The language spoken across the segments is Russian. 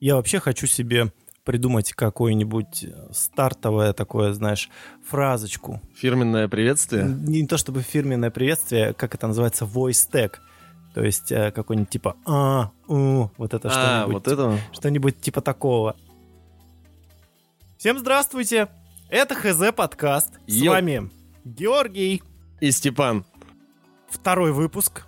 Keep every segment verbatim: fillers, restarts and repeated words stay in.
Я вообще хочу себе придумать какое-нибудь стартовое такое, знаешь, фразочку. Фирменное приветствие? Не то чтобы фирменное приветствие, как это называется, voice tag. То есть какой-нибудь типа «а», «у», вот это а, что-нибудь. Вот это? Что-нибудь типа такого. Всем здравствуйте! Это ХЗ подкаст. С Йо. вами Георгий. И Степан. Второй выпуск.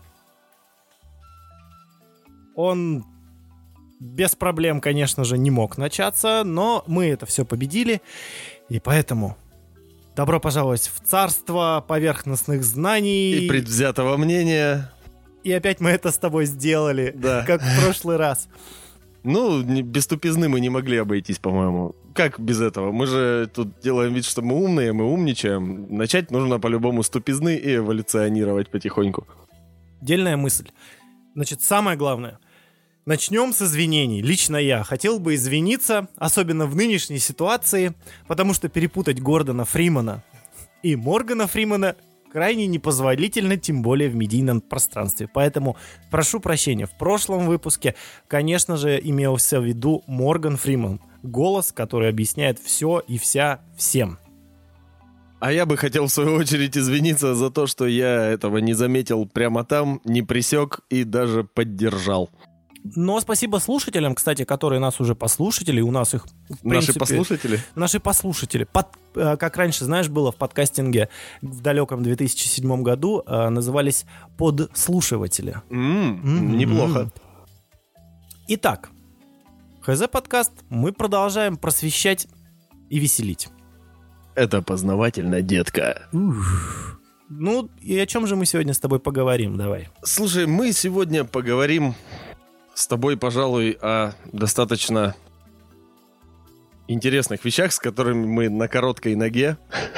Он без проблем, конечно же, не мог начаться, но мы это все победили, и поэтому добро пожаловать в царство поверхностных знаний. И предвзятого мнения. И опять мы это с тобой сделали, Да. как в прошлый раз. Ну, не- без тупизны мы не могли обойтись, по-моему. Как без этого? Мы же тут делаем вид, что мы умные, мы умничаем. Начать нужно по-любому с тупизны и эволюционировать потихоньку. Дельная мысль. Значит, самое главное. Начнем с извинений. Лично я хотел бы извиниться, особенно в нынешней ситуации, потому что перепутать Гордона Фримана и Моргана Фримана крайне непозволительно, тем более в медийном пространстве. Поэтому прошу прощения. В прошлом выпуске, конечно же, имелся в виду Морган Фриман. Голос, который объясняет все и вся всем. А я бы хотел, в свою очередь, извиниться за то, что я этого не заметил прямо там, не пресек и даже поддержал. Но спасибо слушателям, кстати, которые нас уже послушали. У нас их, в Наши принципе, послушатели? Наши послушатели. Под, э, как раньше, знаешь, было в подкастинге в далеком две тысячи седьмом году, э, назывались подслушиватели. М, Мгм. Неплохо. Итак, ХЗ-подкаст мы продолжаем просвещать и веселить. Это познавательно, детка. Ну, и о чем же мы сегодня с тобой поговорим? Давай. Слушай, мы сегодня поговорим с тобой, пожалуй, о достаточно интересных вещах, с которыми мы на короткой ноге,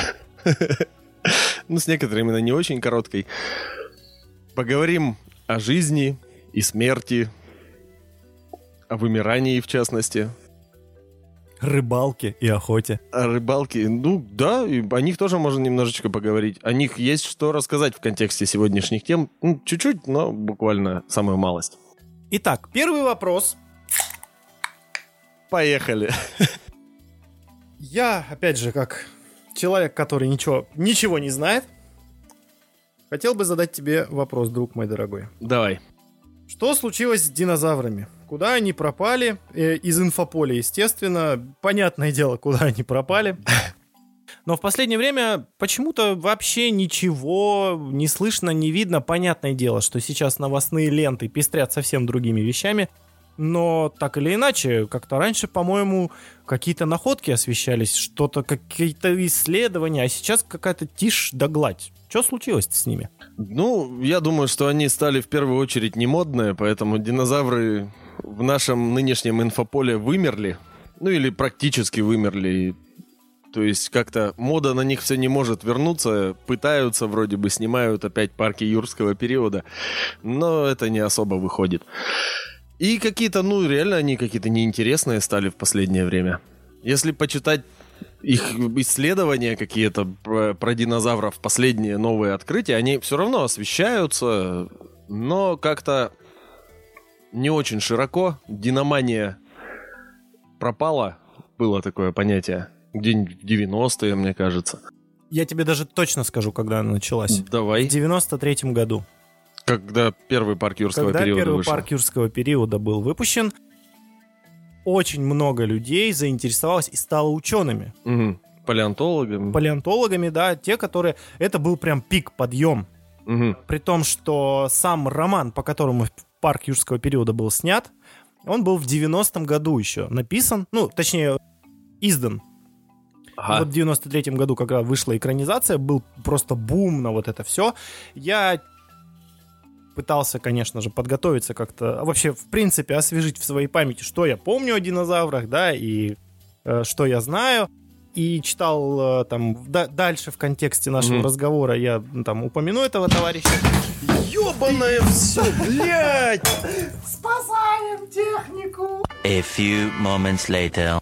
ну, с некоторыми на не очень короткой, поговорим о жизни и смерти, о вымирании, в частности, Рыбалке и охоте. о рыбалке. Ну, да, и о них тоже можно немножечко поговорить. О них есть что рассказать в контексте сегодняшних тем. Ну, чуть-чуть, но буквально самую малость. Итак, первый вопрос. Поехали. Я, опять же, как человек, который ничего, ничего не знает, хотел бы задать тебе вопрос, друг мой дорогой. Давай. Что случилось с динозаврами? Куда они пропали? Э, из инфополя, естественно. Понятное дело, куда они пропали. Но в последнее время почему-то вообще ничего не слышно, не видно. Понятное дело, что сейчас новостные ленты пестрят совсем другими вещами. Но так или иначе, как-то раньше, по-моему, какие-то находки освещались, что-то, какие-то исследования, а сейчас какая-то тишь да гладь. Что случилось с ними? Ну, я думаю, что они стали в первую очередь не модные, поэтому динозавры в нашем нынешнем инфополе вымерли. Ну, или практически вымерли. То есть как-то мода на них все не может вернуться. Пытаются, вроде бы, снимают опять парки юрского периода. Но это не особо выходит. И какие-то, ну, реально они какие-то неинтересные стали в последнее время. Если почитать их исследования какие-то про, про динозавров, последние новые открытия, они все равно освещаются, но как-то не очень широко. Диномания пропала, было такое понятие. Где-нибудь в девяностые, мне кажется. Я тебе даже точно скажу, когда она началась. Давай. В девяносто третьем году. Когда первый парк юрского Когда периода первый вышел. парк юрского периода был выпущен, очень много людей заинтересовалось и стало учеными. Угу. Палеонтологами. Палеонтологами, да, те, которые... Это был прям пик, подъем. Угу. При том, что сам роман, по которому парк юрского периода был снят, он был в девяностом году еще написан, ну, точнее, издан. Ага. Вот в девяносто третьем году, когда вышла экранизация, был просто бум на вот это все. Я пытался, конечно же, подготовиться как-то, а вообще, в принципе, освежить в своей памяти, что я помню о динозаврах, да, и э, что я знаю. И читал э, там да, дальше в контексте нашего Мгм. разговора, я ну, там упомяну этого товарища. Ёбаное все, блядь! Спасаем технику! A few moments later.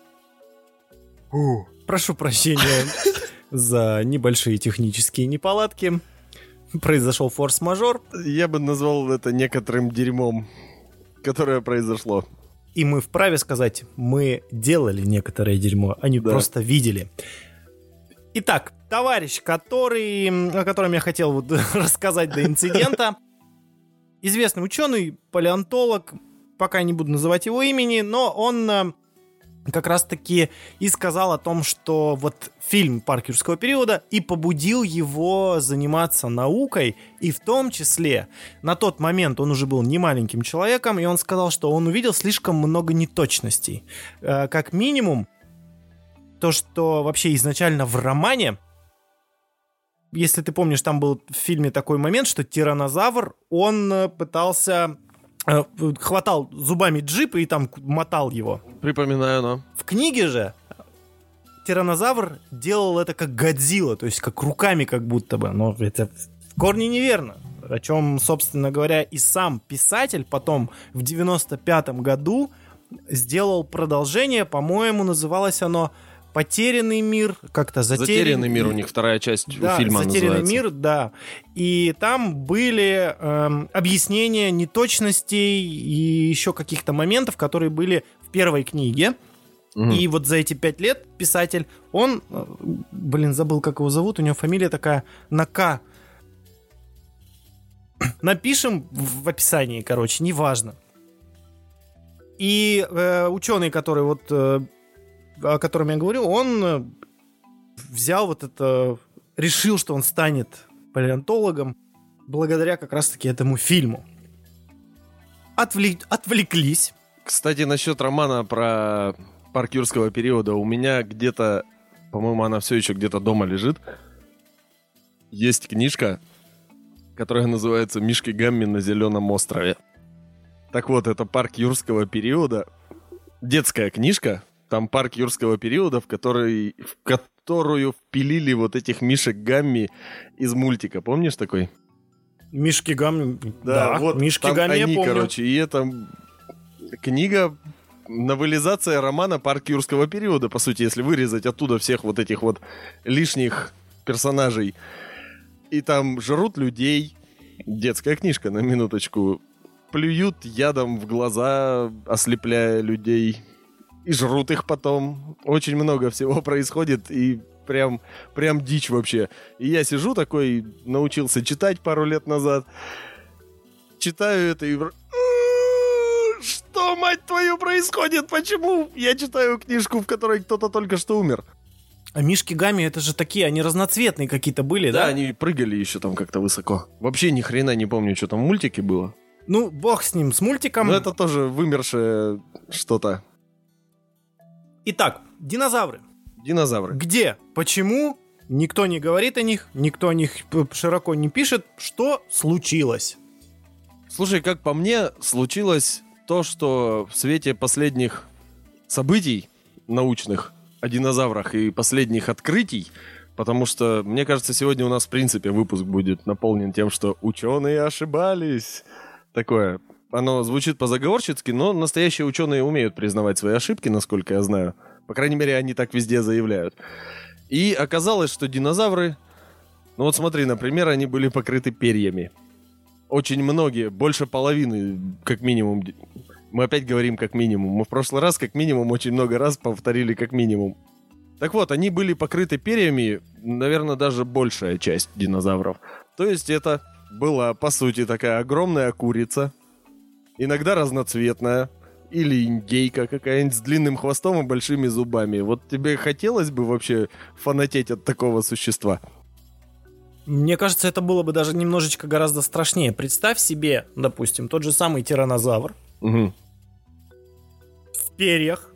Прошу прощения за небольшие технические неполадки. Произошел форс-мажор. Я бы назвал это некоторым дерьмом, которое произошло. И мы вправе сказать, мы делали некоторое дерьмо, а не Да. просто видели. Итак, товарищ, который, о котором я хотел вот рассказать до инцидента, известный ученый, палеонтолог, пока не буду называть его имени, но он э, как раз-таки и сказал о том, что вот фильм «Парк юрского периода» и побудил его заниматься наукой, и в том числе на тот момент он уже был не маленьким человеком, и он сказал, что он увидел слишком много неточностей. Э, как минимум, то, что вообще изначально в романе, если ты помнишь, там был в фильме такой момент, что тираннозавр, он э, пытался, э, хватал зубами джип и там мотал его. Припоминаю, но... В книге же тираннозавр делал это как Годзилла, то есть как руками как будто бы, но это в корне неверно. О чем, собственно говоря, и сам писатель потом в девяносто пятом году сделал продолжение, по-моему, называлось оно «Потерянный мир», как-то «Затерянный, Затерянный мир» у них вторая часть да, фильма «Затерянный называется. мир», да. И там были эм, объяснения неточностей и еще каких-то моментов, которые были в первой книге. Мгм. И вот за эти пять лет писатель, он, э, блин, забыл, как его зовут, у него фамилия такая на «К». Напишем в в описании, короче, неважно. И э, ученый, который вот, э, о котором я говорю, он э, взял вот это, решил, что он станет палеонтологом благодаря как раз-таки этому фильму. Отвлек- отвлеклись. Кстати, насчет романа про парк юрского периода. У меня где-то, по-моему, она все еще где-то дома лежит. Есть книжка, которая называется «Мишки Гамми на зеленом острове». Так вот, это парк юрского периода. Детская книжка. Там парк юрского периода, в, который, в которую впилили вот этих Мишек Гамми из мультика. Помнишь такой? Мишки Гамми. Да, вот Мишки там Гамми я они, помню. короче, и это книга, новелизация романа «Парк юрского периода», по сути, если вырезать оттуда всех вот этих вот лишних персонажей. И там жрут людей, детская книжка, на минуточку, плюют ядом в глаза, ослепляя людей, и жрут их потом. Очень много всего происходит, и прям, прям дичь вообще. И я сижу такой, научился читать пару лет назад, читаю это и... вр- Что, мать твою, происходит? Почему я читаю книжку, в которой кто-то только что умер? А Мишки Гамми, это же такие, они разноцветные какие-то были, Да, да? они прыгали еще там как-то высоко. Вообще ни хрена не помню, что там в мультике было. Ну, бог с ним, с мультиком. Но это тоже вымершее что-то. Итак, динозавры. Динозавры. Где? Почему? Никто не говорит о них, никто о них п- широко не пишет. Что случилось? Слушай, как по мне, случилось то, что в свете последних событий научных о динозаврах и последних открытий, потому что, мне кажется, сегодня у нас, в принципе, выпуск будет наполнен тем, что ученые ошибались. Такое. Оно звучит по-заговорщицки, но настоящие ученые умеют признавать свои ошибки, насколько я знаю. По крайней мере, они так везде заявляют. И оказалось, что динозавры... Ну вот смотри, например, они были покрыты перьями. Очень многие, больше половины, как минимум. Мы опять говорим как минимум. Мы в прошлый раз как минимум очень много раз повторили как минимум. Так вот, они были покрыты перьями, наверное, даже большая часть динозавров. То есть это была, по сути, такая огромная курица, иногда разноцветная, или индейка какая-нибудь с длинным хвостом и большими зубами. Вот тебе хотелось бы вообще фанатеть от такого существа? Мне кажется, это было бы даже немножечко гораздо страшнее. Представь себе, допустим, тот же самый тираннозавр Угу. в перьях.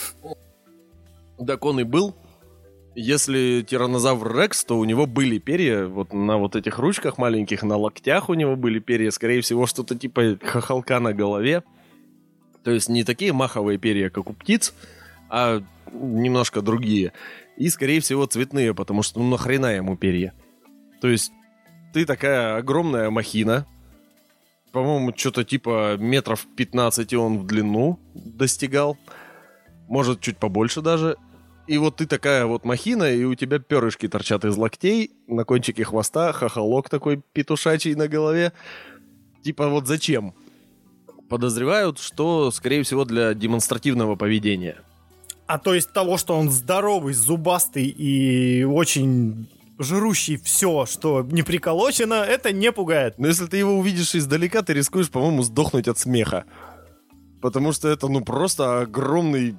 Так он и был. Если тираннозавр Рекс, то у него были перья, вот на вот этих ручках маленьких, на локтях у него были перья, скорее всего, что-то типа хохолка на голове. То есть не такие маховые перья, как у птиц, а немножко другие. И, скорее всего, цветные, потому что ну нахрена ему перья. То есть ты такая огромная махина, по-моему, что-то типа метров пятнадцать он в длину достигал, может, чуть побольше даже. И вот ты такая вот махина, и у тебя перышки торчат из локтей, на кончике хвоста, хохолок такой петушачий на голове. Типа вот зачем? подозревают, что, скорее всего, для демонстративного поведения. А то есть того, что он здоровый, зубастый и очень жрущий все, что не приколочено, это не пугает. Но если ты его увидишь издалека, ты рискуешь, по-моему, сдохнуть от смеха. Потому что это, ну, просто огромный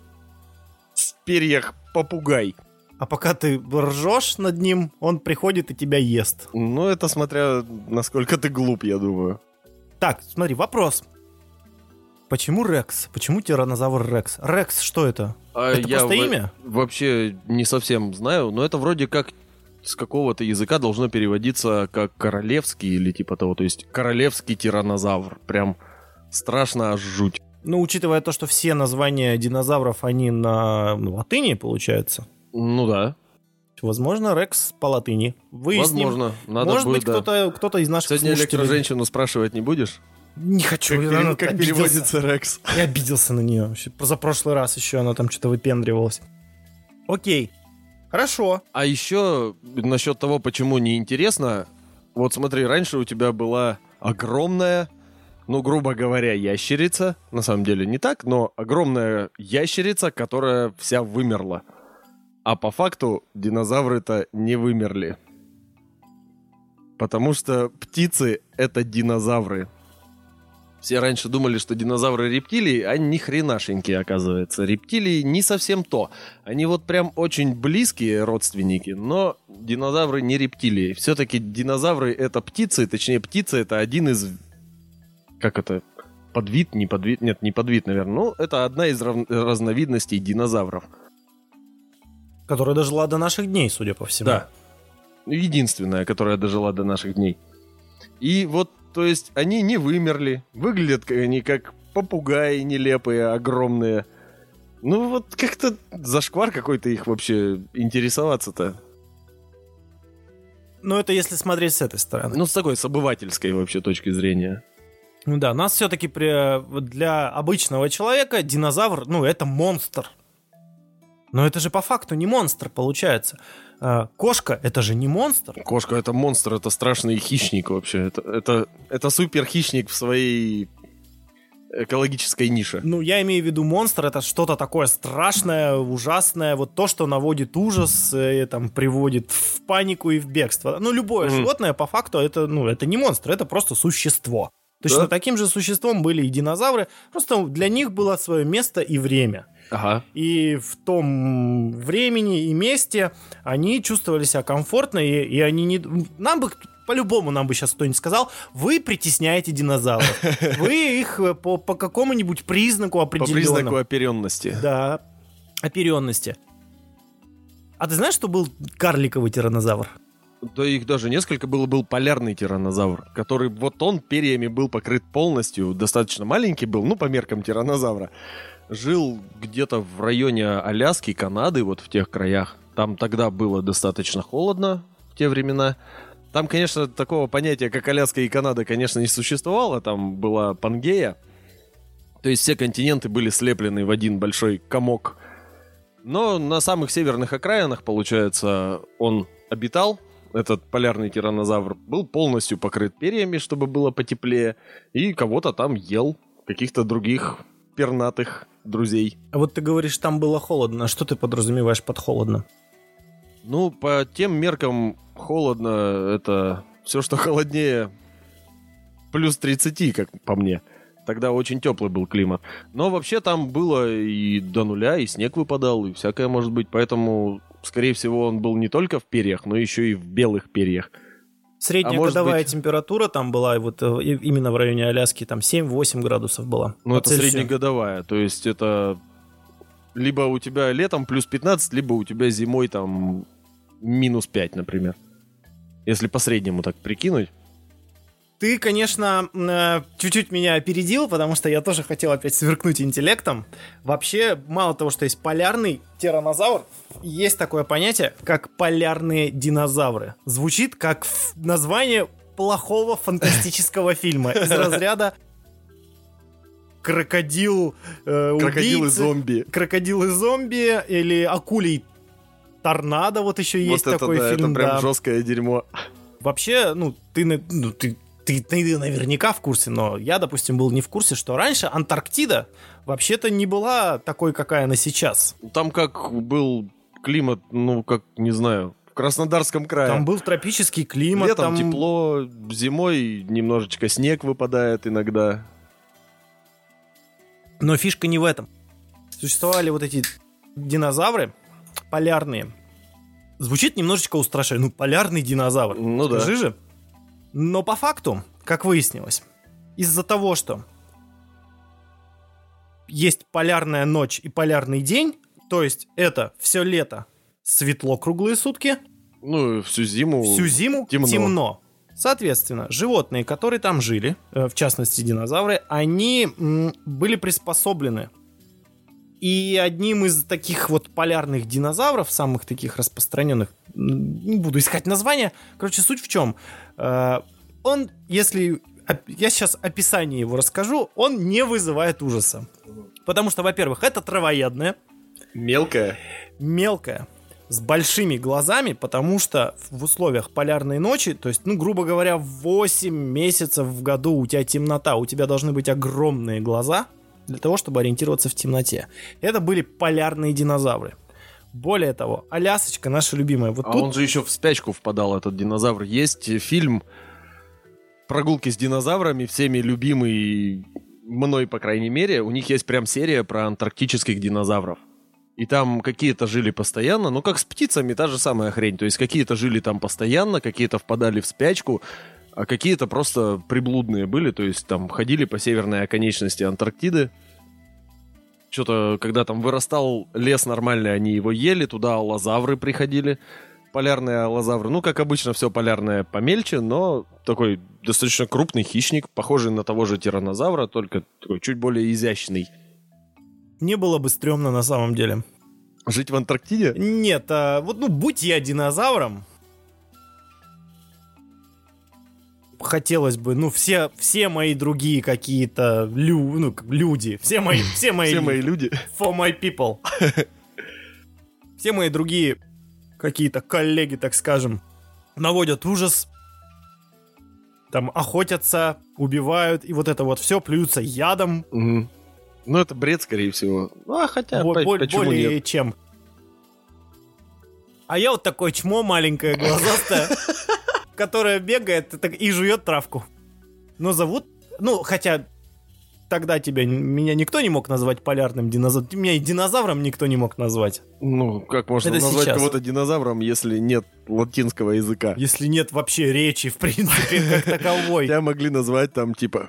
в перьях попугай. А пока ты ржешь над ним, он приходит и тебя ест. Ну, это смотря насколько ты глуп, я думаю. Так, смотри, вопрос. Почему Рекс? Почему тираннозавр Рекс? Рекс, что это? А это я просто в- имя? Вообще не совсем знаю, но это вроде как с какого-то языка должно переводиться как королевский или типа того. То есть королевский тираннозавр. Прям страшно аж жуть. Ну, учитывая то, что все названия динозавров, они на латыни, получается. Ну да. Возможно, Рекс по латыни. Выясним. Возможно. Надо Может будет, быть, да. кто-то, кто-то из наших Сегодня слушателей... электроженщину спрашивать не будешь? Не хочу. Как, я, пере- ну, как обиделся. переводится Рекс? Я обиделся на нее. Вообще, За прошлый раз еще она там что-то выпендривалась. Окей. Хорошо. А еще насчет того, почему неинтересно. Вот смотри, раньше у тебя была огромная, ну, грубо говоря, ящерица. На самом деле не так, но огромная ящерица, которая вся вымерла. А по факту динозавры-то не вымерли. Потому что птицы — это динозавры. Все раньше думали, что динозавры рептилии, а ни хренашенькие, оказывается. Рептилии не совсем то. Они вот прям очень близкие родственники, но динозавры не рептилии. Все-таки динозавры — это птицы, точнее, птица — это один из... Как это? Подвид, не подвид? Нет, не подвид, наверное. Ну, это одна из рав... разновидностей динозавров. Которая дожила до наших дней, судя по всему. Да. Единственная, которая дожила до наших дней. И вот, то есть, они не вымерли. Выглядят они как попугаи нелепые, огромные. Ну вот как-то зашквар какой-то их вообще интересоваться-то. Ну, это если смотреть с этой стороны. Ну, с такой, с обывательской вообще точки зрения. Ну да, нас все-таки при... вот для обычного человека динозавр, ну, это монстр. Но это же по факту не монстр, получается. А, кошка — это же не монстр. Кошка — это монстр, это страшный хищник вообще. Это, это, это супер хищник в своей экологической нише. Ну, я имею в виду монстр — это что-то такое страшное, ужасное, вот то, что наводит ужас, и, там, приводит в панику и в бегство. Ну, любое Мгм. животное, по факту, это, ну, это не монстр, это просто существо. Точно Да. таким же существом были и динозавры, просто для них было свое место и время. Ага. И в том времени и месте они чувствовали себя комфортно, и, и они не... Нам бы, по-любому нам бы сейчас кто-нибудь сказал, вы притесняете динозавров. Вы их по, по какому-нибудь признаку По определенному... признаку оперенности. Да, оперенности. А ты знаешь, что был карликовый тираннозавр? Да их даже несколько было. Был полярный тираннозавр, который вот он перьями был покрыт полностью, достаточно маленький был, ну, по меркам тираннозавра. Жил где-то в районе Аляски, Канады, вот в тех краях. Там тогда было достаточно холодно в те времена. Там, конечно, такого понятия, как Аляска и Канада, конечно, не существовало. Там была Пангея. То есть все континенты были слеплены в один большой комок. Но на самых северных окраинах, получается, он обитал. Этот полярный тираннозавр был полностью покрыт перьями, чтобы было потеплее. И кого-то там ел, каких-то других пернатых друзей. А вот ты говоришь, там было холодно. Что ты подразумеваешь под холодно? Ну, по тем меркам холодно, это все, что холоднее плюс тридцать, как по мне. Тогда очень теплый был климат. Но вообще там было и до нуля, и снег выпадал, и всякое может быть. Поэтому, скорее всего, он был не только в перьях, но еще и в белых перьях. Средняя А может годовая быть- температура там была, вот э, и- именно в районе Аляски, там семь-восемь градусов была. Ну, по это Цельсию. среднегодовая. То есть это либо у тебя летом плюс пятнадцать, либо у тебя зимой там минус пять, например. Если по среднему так прикинуть. Ты, конечно, э, чуть-чуть меня опередил, потому что я тоже хотел опять сверкнуть интеллектом. Вообще, мало того, что есть полярный тираннозавр, есть такое понятие, как полярные динозавры. Звучит как ф- название плохого фантастического фильма из разряда крокодил э, Крокодилы-зомби. Крокодилы-зомби или акулий торнадо, вот еще есть Вот это такой да, фильм. это прям да. жесткое дерьмо. Вообще, ну, ты, на- ну, ты, ты ты, ты наверняка в курсе, но я, допустим, был не в курсе, что раньше Антарктида вообще-то не была такой, какая она сейчас. Там как был климат, ну, как, не знаю, в Краснодарском крае. Там был тропический климат. Летом там... тепло, зимой немножечко снег выпадает иногда. Но фишка не в этом. Существовали вот эти динозавры полярные. Звучит немножечко устрашающе. Ну, полярный динозавр. Ну да. Скажи же. Но по факту, как выяснилось, из-за того, что есть полярная ночь и полярный день, то есть это все лето светло круглые сутки, ну, всю зиму, всю зиму темно. темно. Соответственно, животные, которые там жили, в частности динозавры, они м, были приспособлены. И одним из таких вот полярных динозавров, самых таких распространенных, не буду искать название, короче, суть в чем? Он, если я сейчас описание его расскажу, он не вызывает ужаса. Потому что, во-первых, это травоядное. Мелкое. Мелкое. С большими глазами, потому что в условиях полярной ночи, то есть, ну, грубо говоря, восемь месяцев в году у тебя темнота, у тебя должны быть огромные глаза для того, чтобы ориентироваться в темноте. Это были полярные динозавры. Более того, Алясочка, наша любимая. Вот а тут... он же еще в спячку впадал, этот динозавр. Есть фильм «Прогулки с динозаврами», всеми любимый мной, по крайней мере. У них есть прям серия про антарктических динозавров. И там какие-то жили постоянно, ну как с птицами, та же самая хрень. То есть какие-то жили там постоянно, какие-то впадали в спячку, а какие-то просто приблудные были. То есть там ходили по северной оконечности Антарктиды. Что-то, когда там вырастал лес нормальный, они его ели, туда аллозавры приходили. Полярные аллозавры. Ну, как обычно, все полярное помельче, но такой достаточно крупный хищник, похожий на того же тираннозавра, только такой чуть более изящный. Не было бы стрёмно на самом деле. Жить в Антарктиде? Нет, а, вот, ну, будь я динозавром, хотелось бы, ну, все, все мои другие какие-то лю, ну, люди, все мои, все мои, все мои люди, for my people, все мои другие какие-то коллеги, так скажем, наводят ужас, там охотятся, убивают, и вот это вот все, плюются ядом. Угу. Ну, это бред, скорее всего. Ну, а хотя, Бо- по- почему более нет? чем. А я вот такое чмо маленькое, глазастое, которое бегает и жует травку. Но зовут... Ну, хотя тогда тебя, меня никто не мог назвать полярным динозавром. Меня и динозавром никто не мог назвать. Ну, как можно Это назвать сейчас. кого-то динозавром, если нет латинского языка? Если нет вообще речи, в принципе, как таковой. Тебя могли назвать там, типа...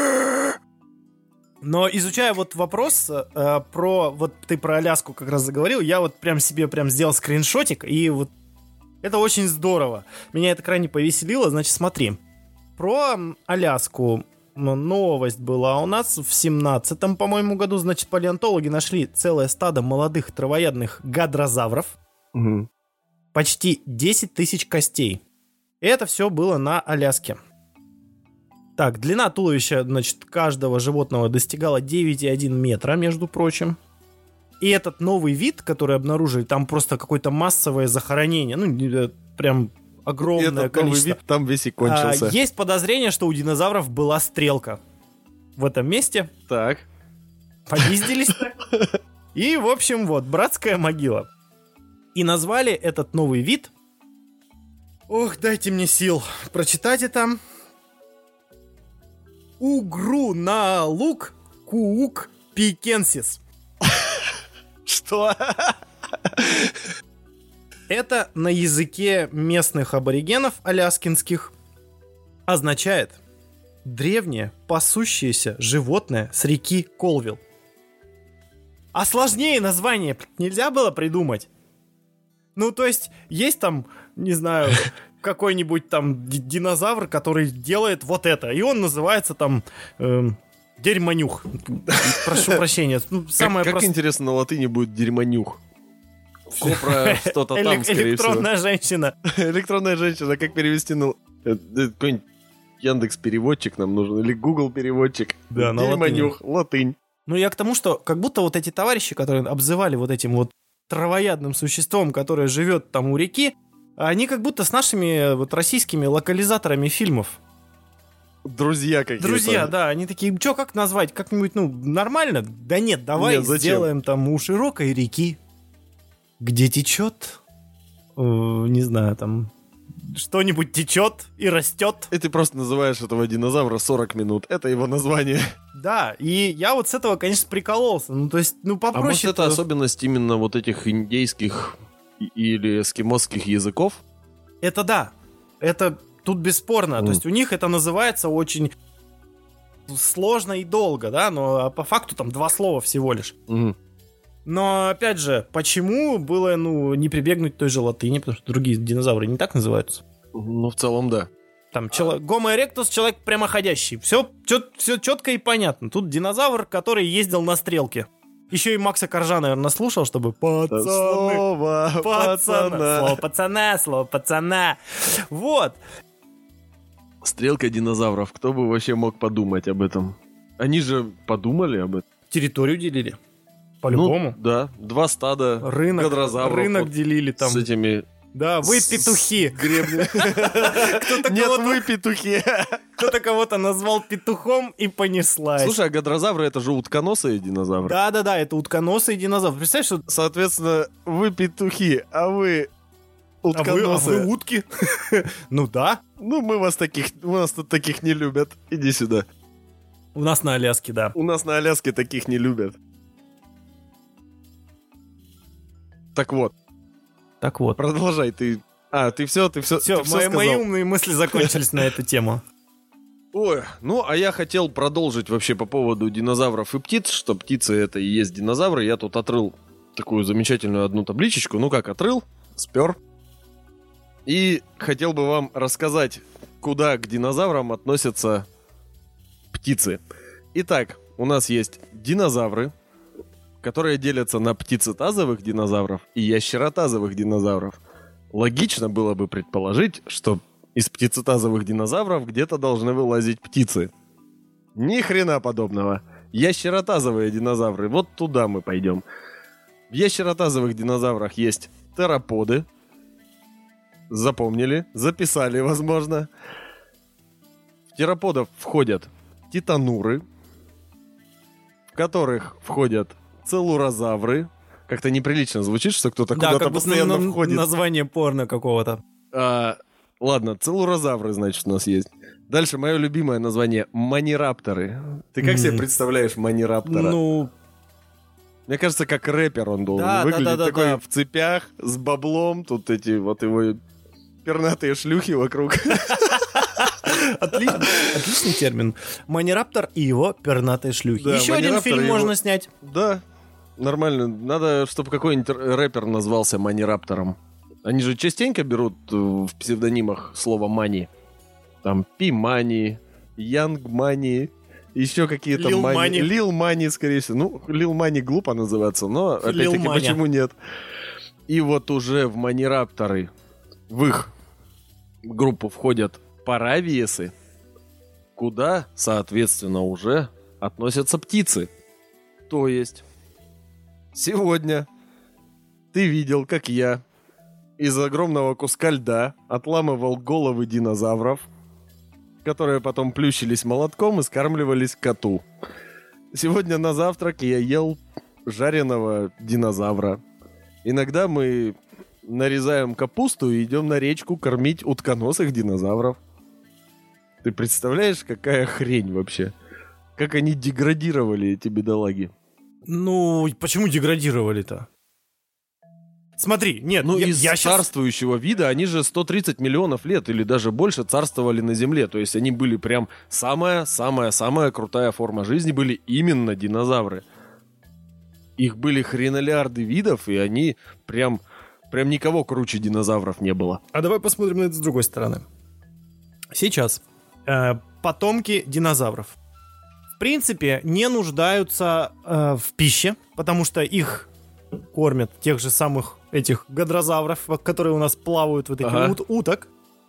Но изучая вот вопрос э, про... Вот ты про Аляску как раз заговорил, я вот прям себе прям сделал скриншотик, и вот это очень здорово. Меня это крайне повеселило. Значит, смотри. Про Аляску новость была у нас в семнадцатом, по-моему, году. Значит, палеонтологи нашли целое стадо молодых травоядных гадрозавров. Угу. Почти десять тысяч костей. И это все было на Аляске. Так, длина туловища, значит, каждого животного достигала девять и один метра, между прочим. И этот новый вид, который обнаружили, там просто какое-то массовое захоронение. Ну, прям огромное Этот количество. новый вид там весь и кончился. А, есть подозрение, что у динозавров была стрелка в этом месте. Так. Попиздились. И, в общем, вот, братская могила. И назвали этот новый вид... Ох, дайте мне сил прочитать это... Угруналук куук пикенсис. Что? Это на языке местных аборигенов аляскинских означает древнее пасущееся животное с реки Колвилл. А сложнее название нельзя было придумать. Ну, то есть, есть там, не знаю, какой-нибудь там динозавр, который делает вот это, и он называется там эм, дерьмонюх. Прошу прощения. Ну, самое Как, как прост- интересно, на латыни будет дерьмонюх. Все про что-то там, Элек- скорее электронная женщина. всего. Электронная женщина. Как перевести на... э, э, Какой-нибудь Яндекс-переводчик нам нужен, или Google-переводчик. Да, на Дерьмонюх, латынь. Ну, я к тому, что как будто вот эти товарищи, которые обзывали вот этим вот травоядным существом, которое живет там у реки, они как будто с нашими вот российскими локализаторами фильмов. Друзья какие-то. Друзья, да, они такие, что, как назвать? Как-нибудь, ну, нормально? Да нет, давай Нет, зачем? сделаем там у широкой реки, где течет, э, не знаю, там, что-нибудь течет и растет. И ты просто называешь этого динозавра сорок минут. Это его название. Да, и я вот с этого, конечно, прикололся. Ну, то есть, ну, А может, попроще. это особенность именно вот этих индейских и- или эскимосских языков? Это да, это тут бесспорно. Mm. То есть у них это называется очень сложно и долго, да, но по факту там два слова всего лишь. Мгм. Но, опять же, почему было, ну, не прибегнуть к той же латыни, потому что другие динозавры не так называются. Ну, в целом, да. Там чело... Homo erectus, человек прямоходящий. Все, все четко и понятно. Тут динозавр, который ездил на стрелке. Еще и Макса Коржа, наверное, слушал, чтобы пацаны, Слово пацана, пацана. слово пацана, слово пацана. Вот. Стрелка динозавров. Кто бы вообще мог подумать об этом? Они же подумали об этом. Территорию делили. По-любому. Ну, да. Два стада Рынок, гадрозавров. рынок вот делили там. с этими... Да, вы с- петухи. с гребнями. Кто-то Нет, кого-то, вы петухи. кто-то кого-то назвал петухом и понеслась. Слушай, а гадрозавры это же утконосые динозавры. Да-да-да, это утконосый динозавр. Представляешь, что... Соответственно, вы петухи, а вы А вы, а утконосые. вы утки? Ну да. Ну, мы вас таких, у нас тут таких не любят. Иди сюда. У нас на Аляске, да. У нас на Аляске таких не любят. Так вот, Так вот. продолжай, ты... А, ты все, ты все, Все, ты всё мои, мои сказал. умные мысли закончились на эту тему. Ой, ну, а я хотел продолжить вообще по поводу динозавров и птиц, что птицы это и есть динозавры. Я тут отрыл такую замечательную одну табличечку. Ну как, отрыл, спер. И хотел бы вам рассказать, куда к динозаврам относятся птицы. Итак, у нас есть динозавры, которые делятся на птицетазовых динозавров и ящеротазовых динозавров. Логично было бы предположить, что из птицетазовых динозавров где-то должны вылазить птицы. Ни хрена подобного. Ящеротазовые динозавры, вот туда мы пойдем. В ящеротазовых динозаврах есть тероподы. Запомнили, записали, возможно. В тероподов входят титануры, в которых входят целурозавры. Как-то неприлично звучит, что кто-то Да, куда-то как будто постоянно на- входит. название порно какого-то. А, ладно, целурозавры, значит, у нас есть. Дальше мое любимое название — манирапторы. Ты как Мгм. себе представляешь манираптора? Ну, Мне кажется, как рэпер он должен Да, да, выглядеть. да, да, такой да. в цепях, с баблом. Тут эти вот его пернатые шлюхи вокруг. отли- отличный термин. Манираптор и его пернатые шлюхи. Да, Еще один манираптор фильм и его- можно снять. Да, нормально. Надо, чтобы какой-нибудь р- рэпер назвался манираптором. Они же частенько берут э, в псевдонимах слово мани. Там пи-мани, янг-мани, еще какие-то Лил мани. Мани. Лил Мани, скорее всего. Ну, Лил Мани глупо называться, но опять-таки Лил Маня. почему нет? И вот уже в манирапторы, в их группу входят паравиесы, куда, соответственно, уже относятся птицы. То есть, сегодня ты видел, как я из огромного куска льда отламывал головы динозавров, которые потом плющились молотком и скармливались коту. Сегодня на завтрак я ел жареного динозавра. Иногда мы нарезаем капусту и идем на речку кормить утконосых динозавров. Ты представляешь, какая хрень вообще? Как они деградировали, эти бедолаги. Ну, почему деградировали-то? Смотри, нет, Ну, я, из я щас- царствующего вида они же сто тридцать миллионов лет или даже больше царствовали на Земле. То есть они были прям самая-самая-самая крутая форма жизни, были именно динозавры. Их были хренолиарды видов, и они прям, прям никого круче динозавров не было. А давай посмотрим на это с другой стороны. Сейчас э, потомки динозавров в принципе не нуждаются э, в пище, потому что их кормят тех же самых этих гадрозавров, которые у нас плавают, вот эти Ага. ут- уток.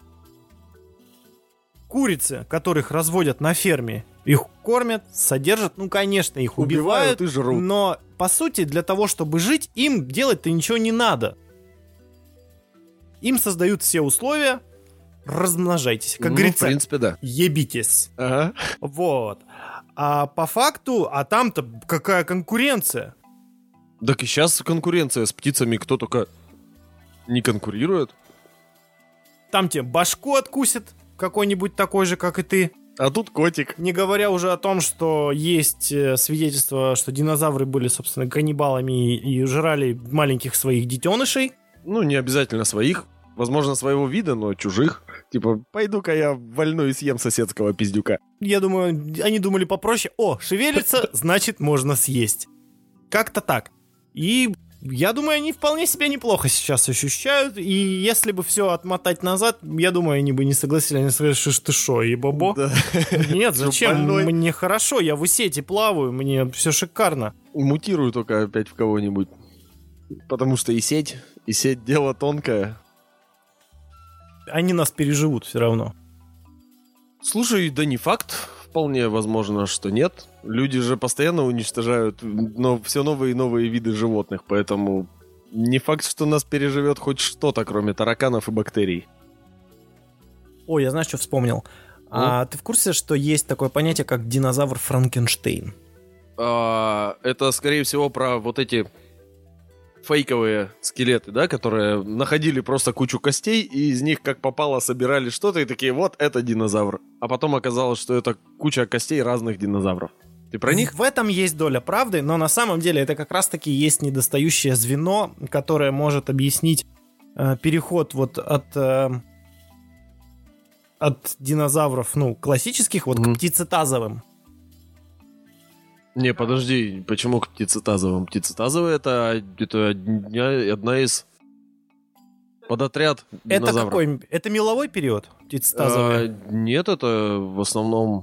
Курицы, которых разводят на ферме, их кормят, содержат, ну, конечно, их убивают, Убивают и жрут. но, по сути, для того, чтобы жить, им делать-то ничего не надо. Им создают все условия, размножайтесь. Как Ну, говорится, в принципе, да. ебитесь. Ага. Вот. А по факту, а там-то какая конкуренция? Так и сейчас конкуренция с птицами, кто только не конкурирует. Там тебе башку откусит какой-нибудь такой же, как и ты. А тут котик. Не говоря уже о том, что есть э, свидетельства, что динозавры были, собственно, каннибалами и, и жрали маленьких своих детенышей. Ну, не обязательно своих. Возможно, своего вида, но чужих. Типа, пойду-ка я вольну и съем соседского пиздюка. Я думаю, они думали попроще. О, шевелится, значит, можно съесть. Как-то так. И я думаю, они вполне себя неплохо сейчас ощущают. И если бы все отмотать назад, я думаю, они бы не согласились. Они сказали, что ж ты шо, ебобо? Да. Нет, зачем? больной. Мне хорошо, я в сети плаваю, мне все шикарно. Мутирую только опять в кого-нибудь. Потому что и сеть, и сеть дело тонкое. Они нас переживут все равно. Слушай, да не факт. Вполне возможно, что нет. Люди же постоянно уничтожают, но все новые и новые виды животных, поэтому не факт, что нас переживет хоть что-то, кроме тараканов и бактерий. Ой, я знаешь, что вспомнил? А ты в курсе, что есть такое понятие, как динозавр Франкенштейн? А, это, скорее всего, про вот эти фейковые скелеты, да, которые находили просто кучу костей, и из них как попало собирали что-то, и такие, вот, это динозавр. А потом оказалось, что это куча костей разных динозавров. Ты про них? В этом есть доля правды, но на самом деле это как раз-таки есть недостающее звено, которое может объяснить э, переход вот от... Э, от динозавров, ну, классических, вот Мгм. к птицетазовым. Не, подожди, почему к птицетазовым? Птицетазовые это, это одня, одна из подотряд Это динозавров. какой? Это меловой период? Птицетазовые? А, нет, это в основном...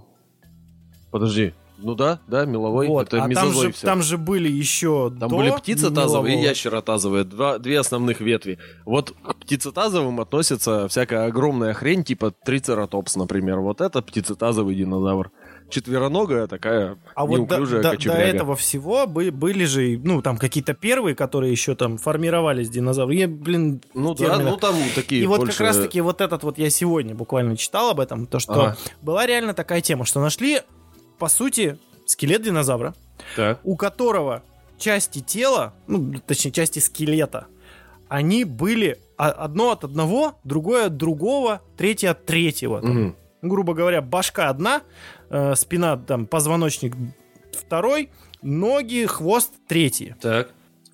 Подожди. Ну да, да, меловой. Вот, Это а там мезозой же, всё. там же были еще Там до были птицетазовые и мелового. ящеротазовые. Два, две основных ветви. Вот к птицетазовым относится всякая огромная хрень, типа трицератопс, например. Вот это птицетазовый динозавр. Четвероногая такая А вот до, неуклюжая до- до кочевряга. этого всего были, были же, ну, там какие-то первые, которые еще там формировались динозавры. Я, блин, Ну да, терминах. ну там такие И вот больше... как раз-таки вот этот вот я сегодня буквально читал об этом, то, что Ага. была реально такая тема, что нашли, по сути, скелет динозавра, Так. у которого части тела, ну, точнее, части скелета, они были а- одно от одного, другое от другого, третье от третьего. Там, Мгм. грубо говоря, башка одна, э, спина, там, позвоночник второй, ноги, хвост третий. Так.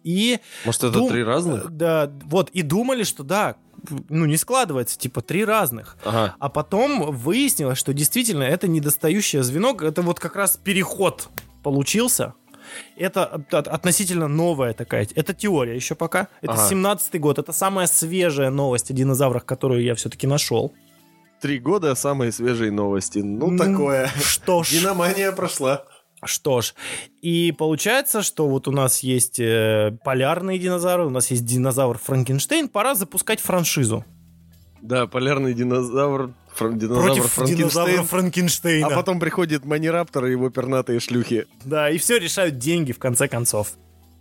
И Может, это дум- три разных? Да, вот, и думали, что да, ну, не складывается, типа, три разных. Ага. А потом выяснилось, что действительно это недостающее звено, это вот как раз переход получился. Это от- от- относительно новая такая, это теория еще пока. Это Ага. семнадцатый год, это самая свежая новость о динозаврах, которую я все-таки нашел. Три года, самые свежие новости. Ну, Ну, такое. Что ж, Диномания прошла. что ж. И получается, что вот у нас есть э, полярные динозавры, у нас есть динозавр Франкенштейн, пора запускать франшизу. Да, полярный динозавр, фран- динозавр Против Франкенштейн. динозавра Франкенштейна. А потом приходит манираптор и его пернатые шлюхи. Да, и все решают деньги в конце концов.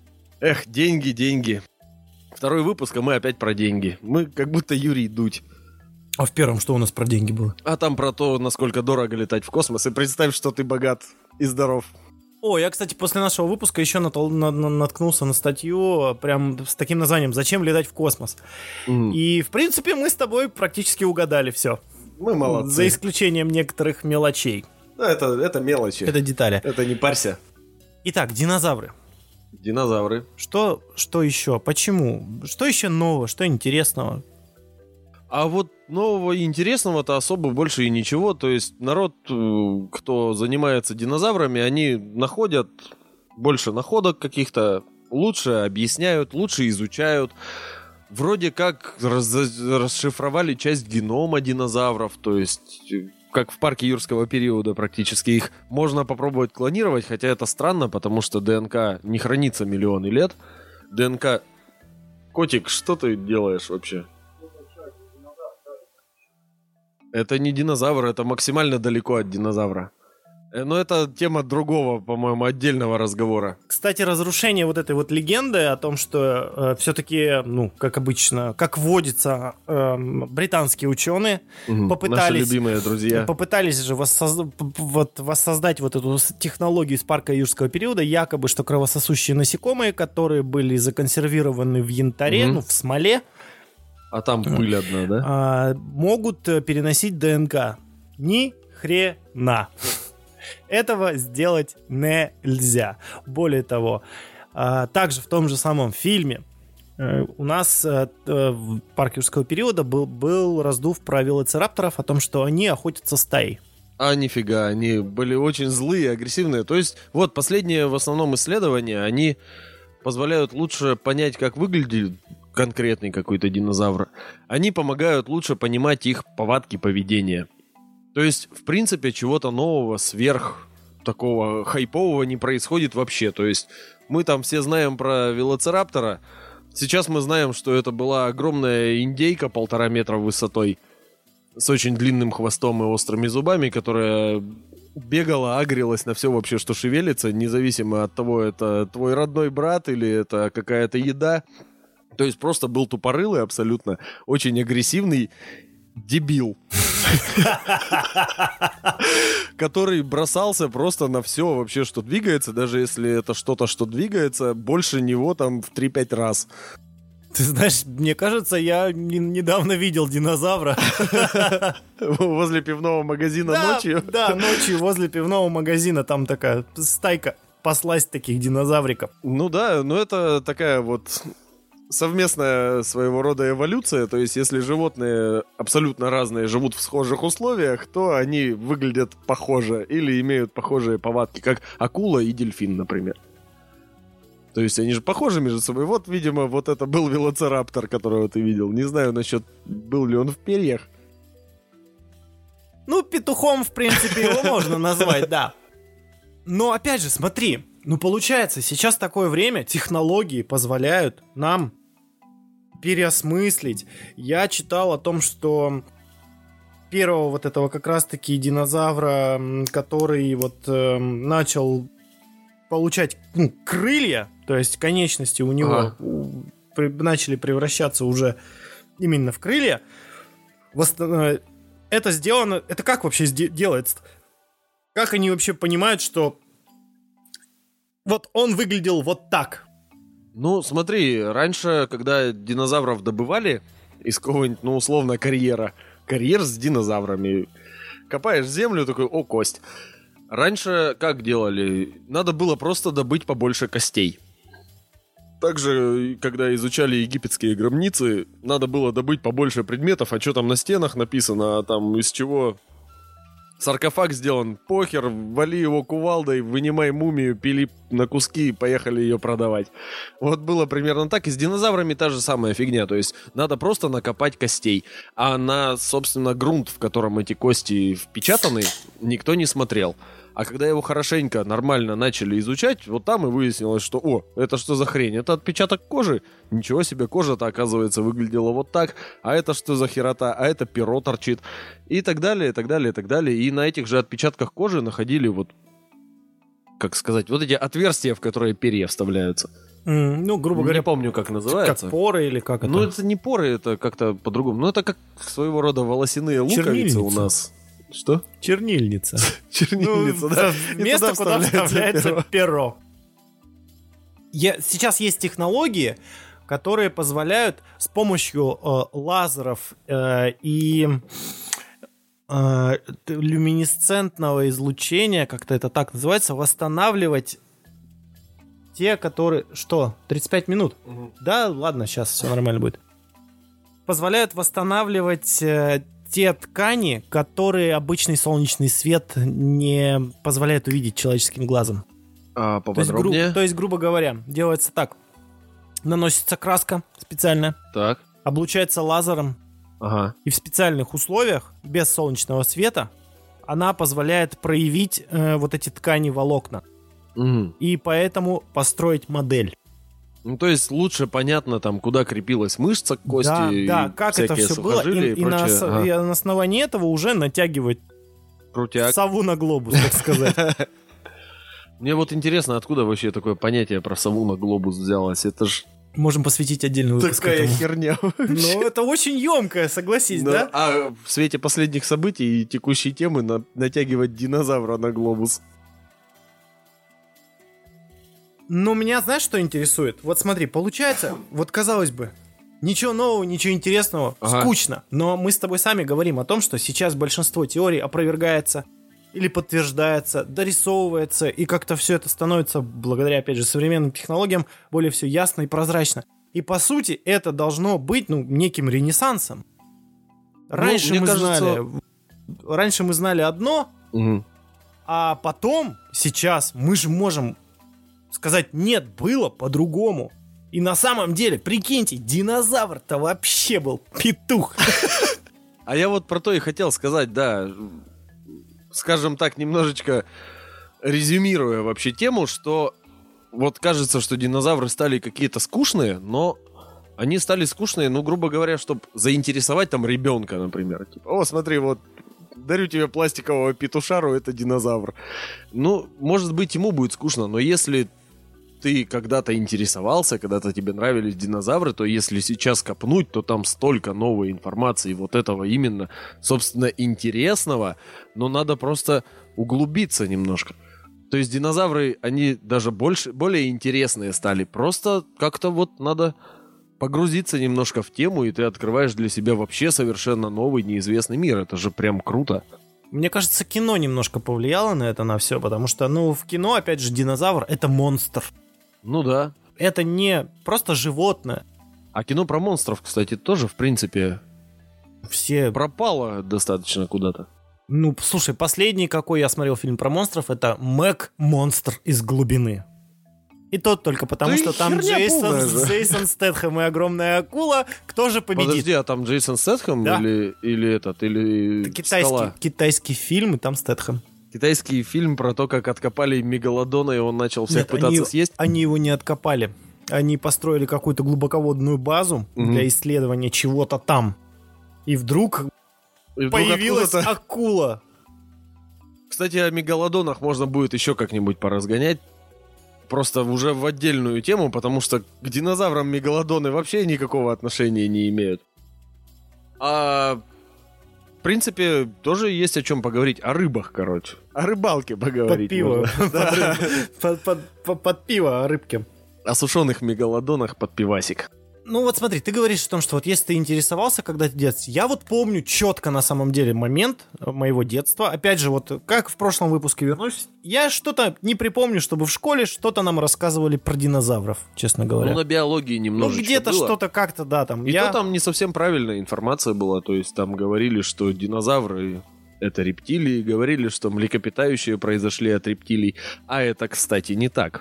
Эх, деньги, деньги. Второй выпуск, а мы опять про деньги. Мы как будто Юрий Дудь. А в первом что у нас про деньги было? А там про то, насколько дорого летать в космос. И представь, что ты богат и здоров. О, я, кстати, после нашего выпуска еще натол- на- на- наткнулся на статью прям с таким названием «Зачем летать в космос?». М. И, в принципе, мы с тобой практически угадали все. Мы молодцы. За исключением некоторых мелочей. Ну, это, это мелочи. Это детали. Это не парься. Итак, динозавры. Динозавры. Что, что еще? Почему? Что еще нового? Что интересного? А вот нового и интересного-то особо больше и ничего. То есть народ, э, кто занимается динозаврами, они находят больше находок каких-то, лучше объясняют, лучше изучают. Вроде как раз- расшифровали часть генома динозавров, то есть э, как в парке юрского периода практически. Их можно попробовать клонировать, хотя это странно, потому что ДНК не хранится миллионы лет. ДНК... Котик, что ты делаешь вообще? Это не динозавр, это максимально далеко от динозавра. Но это тема другого, по-моему, отдельного разговора. Кстати, разрушение вот этой вот легенды о том, что э, все-таки, ну, как обычно, как водится, э, британские ученые Угу. попытались... Наши любимые друзья. Попытались же воссозда- вот, воссоздать вот эту с- технологию из парка юрского периода, якобы, что кровососущие насекомые, которые были законсервированы в янтаре, Мгм. ну, в смоле, А там пыль одна, да? а, могут э, переносить ДНК. Ни хрена. Этого сделать нельзя. Более того, а, также в том же самом фильме э, у нас э, э, в парке юрского периода был, был раздув про велоцирапторов о том, что они охотятся стаей. А нифига, они были очень злые, агрессивные. То есть, вот, последние в основном исследования, они позволяют лучше понять, как выглядит конкретный какой-то динозавр. Они помогают лучше понимать их повадки поведения. То есть, в принципе, чего-то нового, сверх такого хайпового не происходит вообще. То есть, мы там все знаем про велоцираптора. Сейчас мы знаем, что это была огромная индейка полтора метра высотой с очень длинным хвостом и острыми зубами, которая бегала, агрилась на все вообще, что шевелится, независимо от того, это твой родной брат или это какая-то еда. То есть просто был тупорылый абсолютно, очень агрессивный дебил, который бросался просто на все вообще, что двигается, даже если это что-то, что двигается, больше него там в три-пять раз. Ты знаешь, мне кажется, я не- недавно видел динозавра. Возле пивного магазина Да, ночью. Да, ночью возле пивного магазина там такая стайка паслась таких динозавриков. Ну да, но это такая вот совместная своего рода эволюция. То есть, если животные абсолютно разные живут в схожих условиях, то они выглядят похоже или имеют похожие повадки, как акула и дельфин, например. То есть, они же похожи между собой. Вот, видимо, вот это был велоцираптор, которого ты видел. Не знаю насчет, был ли он в перьях. Ну, петухом, в принципе, его можно назвать, да. Но, опять же, смотри, ну, получается, сейчас такое время, технологии позволяют нам переосмыслить. Я читал о том, что первого вот этого как раз-таки динозавра, м, который вот эм, начал получать, ну, крылья, то есть конечности у него Ага. у- при- начали превращаться уже именно в крылья. Восто- э, Это сделано... Это как вообще сде- делается? Как они вообще понимают, что вот он выглядел вот так? Ну, смотри, раньше, когда динозавров добывали из какого-нибудь, ну, условно, карьера, карьер с динозаврами, копаешь землю, такой, о, кость. Раньше как делали? Надо было просто добыть побольше костей. Также, когда изучали египетские гробницы, надо было добыть побольше предметов, а что там на стенах написано, а там из чего саркофаг сделан, похер, вали его кувалдой, вынимай мумию, пили на куски и поехали ее продавать. Вот было примерно так, и с динозаврами та же самая фигня, то есть надо просто накопать костей, а на, собственно, грунт, в котором эти кости впечатаны, никто не смотрел. А когда его хорошенько, нормально начали изучать, вот там и выяснилось, что, о, это что за хрень? Это отпечаток кожи? Ничего себе, кожа-то, оказывается, выглядела вот так. А это что за херота? А это перо торчит. И так далее, и так далее, и так далее. И на этих же отпечатках кожи находили вот, как сказать, вот эти отверстия, в которые перья вставляются. М, ну, грубо говоря, Не помню, как называется. как поры или как это? Ну, это не поры, это как-то по-другому. Ну, это как своего рода волосяные луковицы у Чернильница. нас. Что? Чернильница. Чернильница, Ну, да. И Место, туда куда вставляется перо. перо. Я- Сейчас есть технологии, которые позволяют с помощью э, лазеров э, и э, т- люминесцентного излучения, как-то это так называется, восстанавливать те, которые... Что? тридцать пять минут? Да, ладно, сейчас все нормально будет. Позволяют восстанавливать э, те ткани, которые обычный солнечный свет не позволяет увидеть человеческим глазом. А, То есть, гру- поподробнее? то есть, грубо говоря, делается так. Наносится краска специально, Так. облучается лазером, Ага. и в специальных условиях, без солнечного света, она позволяет проявить э, вот эти ткани волокна. Мгм. И поэтому построить модель. Ну, то есть лучше понятно, там, куда крепилась мышца к кости. да, и да, как это всякие все было. И, сухожилия и и на, прочее. ос- Ага. и на основании этого уже натягивать Крутяк. Сову на глобус, так сказать. Мне вот интересно, откуда вообще такое понятие про сову на глобус взялось. Это ж Можем посвятить отдельный выпуск такая этому. херня. Ну, это очень емкое, согласись, Да. да? А в свете последних событий и текущей темы на- натягивать динозавра на глобус. Но меня, знаешь, что интересует? Вот смотри, получается, вот казалось бы, ничего нового, ничего интересного, Ага. скучно. Но мы с тобой сами говорим о том, что сейчас большинство теорий опровергается или подтверждается, дорисовывается, и как-то все это становится, благодаря, опять же, современным технологиям, более все ясно и прозрачно. И, по сути, это должно быть, ну, неким ренессансом. Раньше мне мы кажется- знали... Раньше мы знали одно, Мгм. а потом, сейчас, мы же можем сказать, нет, было по-другому. И на самом деле, прикиньте, динозавр-то вообще был петух. А я вот про то и хотел сказать, да, скажем так, немножечко резюмируя вообще тему, что вот кажется, что динозавры стали какие-то скучные, но они стали скучные, ну, грубо говоря, чтобы заинтересовать там ребенка, например. Типа, о, смотри, вот дарю тебе пластикового петушару, это динозавр. Ну, может быть, ему будет скучно, но если ты когда-то интересовался, когда-то тебе нравились динозавры, то если сейчас копнуть, то там столько новой информации, вот этого именно, собственно, интересного, но надо просто углубиться немножко. То есть динозавры, они даже больше, более интересные стали. Просто как-то вот надо погрузиться немножко в тему, и ты открываешь для себя вообще совершенно новый, неизвестный мир. Это же прям круто. Мне кажется, кино немножко повлияло на это, на все, потому что, ну, в кино, опять же, динозавр — это монстр. Ну да. Это не просто животное. А кино про монстров, кстати, тоже, в принципе, Все... пропало достаточно куда-то. Ну, слушай, последний, какой я смотрел фильм про монстров, это Мэг Монстр из глубины. И тот только потому, Да что и там херня Джейсон, полная же. Джейсон Стэтхэм и огромная акула. Кто же победит? Подожди, а там Джейсон Стэтхэм Да. или, или этот, или Это китайский, Скала? китайский фильм, и там Стэтхэм. Китайский фильм про то, как откопали мегалодона, и он начал всех Нет, пытаться они, съесть. они его не откопали. Они построили какую-то глубоководную базу Мгм. для исследования чего-то там. И вдруг И вдруг появилась откуда-то- акула. Кстати, о мегалодонах можно будет еще как-нибудь поразгонять. Просто уже в отдельную тему, потому что к динозаврам мегалодоны вообще никакого отношения не имеют. А в принципе, тоже есть о чем поговорить. О рыбах, короче. О рыбалке поговорить. Под пиво. можно. Да. Под, под- под- под пиво о рыбке. О сушеных мегалодонах под пивасик. Ну вот смотри, ты говоришь о том, что вот если ты интересовался когда-то в детстве, я вот помню четко на самом деле момент моего детства. Опять же, вот как в прошлом выпуске вернусь, я что-то не припомню, чтобы в школе что-то нам рассказывали про динозавров, честно говоря. Ну, на биологии Ну, немножечко где-то было. что-то как-то, да, там. И я... то там не совсем правильная информация была. То есть там говорили, что динозавры — это рептилии, говорили, что млекопитающие произошли от рептилий. А это, кстати, не так.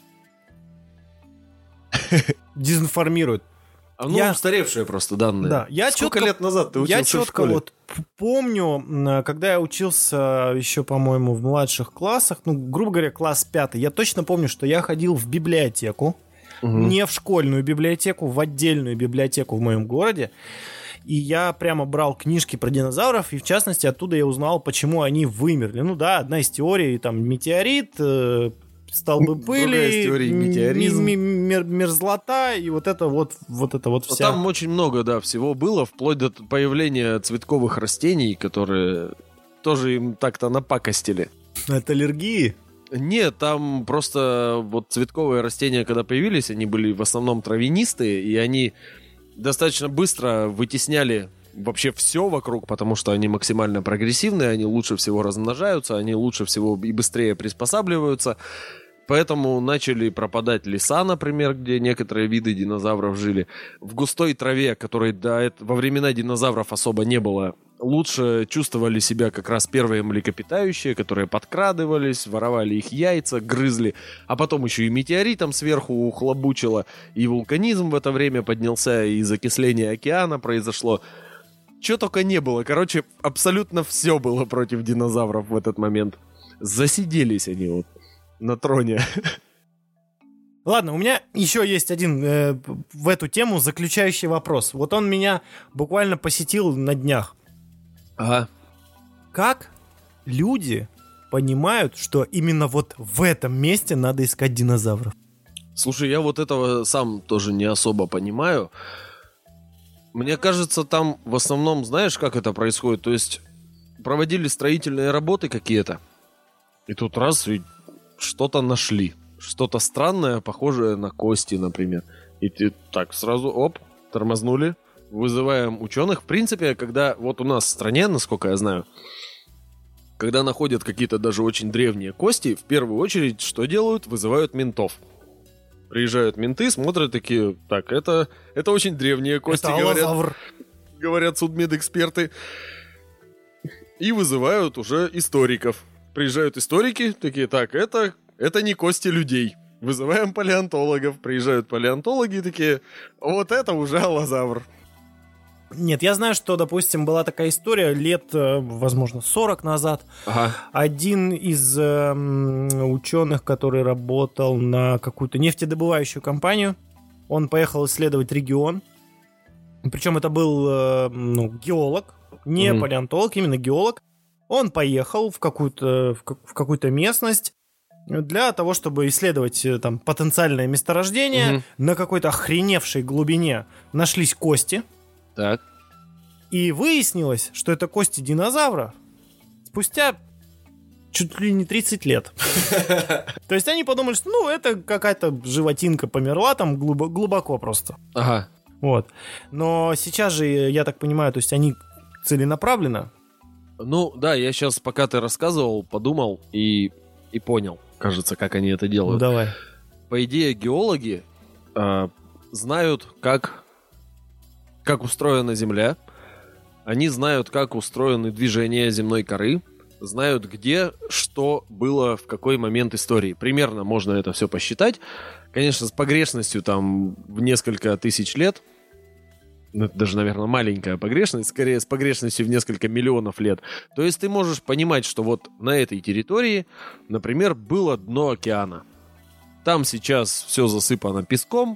дезинформируют. А, ну, Я- устаревшие просто данные. Да, я Сколько чётко- лет назад ты учился Я в четко школе? вот п- помню, м, когда я учился еще, по-моему, в младших классах, ну, грубо говоря, класс пятый, я точно помню, что я ходил в библиотеку, Мгм. не в школьную библиотеку, в отдельную библиотеку в моем городе. И я прямо брал книжки про динозавров, и в частности оттуда я узнал, почему они вымерли. Ну да, одна из теорий, там, метеорит, э, столбы Другая из пыли, теорий м- метеоризм. м- мер- мерзлота, и вот это вот, вот это вот Но вся... Там очень много, да, всего было, вплоть до появления цветковых растений, которые тоже им так-то напакостили. От аллергии. Нет, там просто вот цветковые растения, когда появились, они были в основном травянистые, и они достаточно быстро вытесняли вообще все вокруг, потому что они максимально прогрессивные, они лучше всего размножаются, они лучше всего и быстрее приспосабливаются. Поэтому начали пропадать леса, например, где некоторые виды динозавров жили. В густой траве, которой до этого, во времена динозавров особо не было, лучше чувствовали себя как раз первые млекопитающие, которые подкрадывались, воровали их яйца, грызли, а потом еще и метеоритом сверху ухлобучило, и вулканизм в это время поднялся, и закисление океана произошло. Чего только не было. Короче, абсолютно все было против динозавров в этот момент. Засиделись они вот на троне. Ладно, у меня еще есть один э, в эту тему заключающий вопрос. Вот он меня буквально посетил на днях. Ага. Как люди понимают, что именно вот в этом месте надо искать динозавров? Слушай, я вот этого сам тоже не особо понимаю. Мне кажется, там в основном, знаешь, как это происходит? То есть проводили строительные работы какие-то, и тут раз, и что-то нашли. Что-то странное, похожее на кости, например. И ты так сразу, оп, тормознули, вызываем ученых. В принципе, когда вот у нас в стране, насколько я знаю, когда находят какие-то даже очень древние кости, в первую очередь что делают? Вызывают ментов. Приезжают менты, смотрят такие, так, это, это очень древние кости, это говорят, говорят судмедэксперты. И вызывают уже историков. Приезжают историки, такие, так, это, это не кости людей. Вызываем палеонтологов. Приезжают палеонтологи, такие, вот это уже аллозавр. Нет, я знаю, что, допустим, была такая история лет, возможно, сорок назад. Ага. Один из э, ученых, который работал на какую-то нефтедобывающую компанию, он поехал исследовать регион. Причем это был э, ну, геолог, не mm-hmm. палеонтолог, именно геолог. Он поехал в какую-то, в, как, в какую-то местность для того, чтобы исследовать там потенциальное месторождение. Mm-hmm. На какой-то охреневшей глубине нашлись кости. Так. И выяснилось, что это кости динозавра спустя чуть ли не тридцать лет. То есть они подумали, что ну это какая-то животинка померла там глубоко просто. Ага. Вот. Но сейчас же, я так понимаю, то есть они целенаправленно. Ну да, я сейчас, пока ты рассказывал, подумал и, и понял, кажется, как они это делают. Ну давай. По идее, геологи э, знают, как... как устроена Земля, они знают, как устроены движения земной коры, знают, где что было в какой момент истории. Примерно можно это все посчитать. Конечно, с погрешностью там в несколько тысяч лет, ну, это даже, наверное, маленькая погрешность, скорее с погрешностью в несколько миллионов лет. То есть ты можешь понимать, что вот на этой территории, например, было дно океана. Там сейчас все засыпано песком,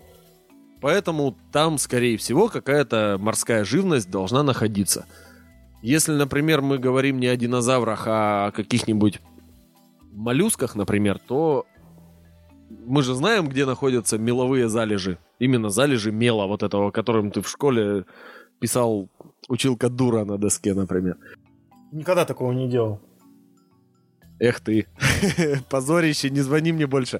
поэтому там, скорее всего, какая-то морская живность должна находиться. Если, например, мы говорим не о динозаврах, а о каких-нибудь моллюсках, например, то мы же знаем, где находятся меловые залежи. Именно залежи мела, вот этого, которым ты в школе писал училка дура на доске, например. Никогда такого не делал. Эх ты, позорище, не звони мне больше.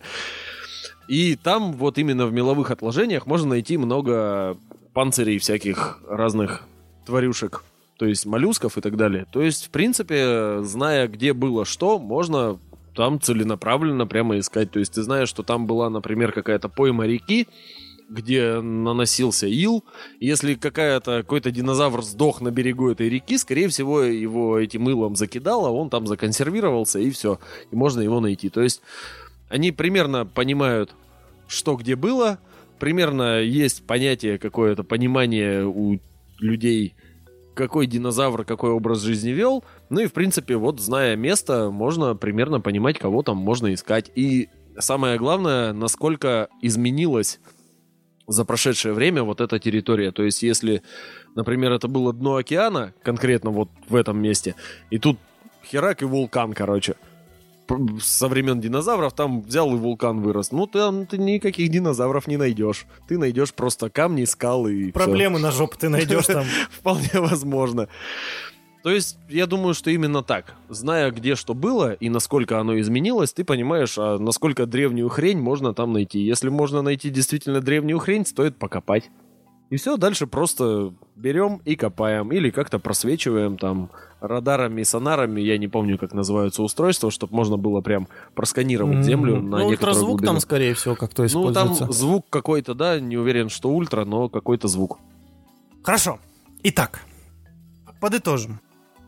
И там вот именно в меловых отложениях можно найти много панцирей всяких разных тварюшек, то есть моллюсков и так далее. То есть, в принципе, зная, где было что, можно там целенаправленно прямо искать. То есть ты знаешь, что там была, например, какая-то пойма реки, где наносился ил. Если какая-то, какой-то динозавр сдох на берегу этой реки, скорее всего, его этим илом закидало, он там законсервировался, и все. И можно его найти. То есть они примерно понимают, что где было, примерно есть понятие, какое-то понимание у людей, какой динозавр, какой образ жизни вел. Ну и, в принципе, вот, зная место, можно примерно понимать, кого там можно искать. И самое главное, насколько изменилась за прошедшее время вот эта территория. То есть, если, например, это было дно океана, конкретно вот в этом месте, и тут херак и вулкан, короче, со времен динозавров там взял и вулкан вырос. Ну, там ты никаких динозавров не найдешь. Ты найдешь просто камни, скалы и проблемы на жопу ты найдешь там. Вполне возможно. То есть, я думаю, что именно так. Зная, где что было и насколько оно изменилось, ты понимаешь, а насколько древнюю хрень можно там найти. Если можно найти действительно древнюю хрень, стоит покопать. И все, дальше просто берем и копаем. Или как-то просвечиваем там радарами, сонарами. Я не помню, как называются устройства, чтобы можно было прям просканировать землю mm-hmm. на ну, некоторую ультразвук глубину. Там, скорее всего, как-то используется. Ну, там звук какой-то, да, не уверен, что ультра, но какой-то звук. Хорошо. Итак, подытожим.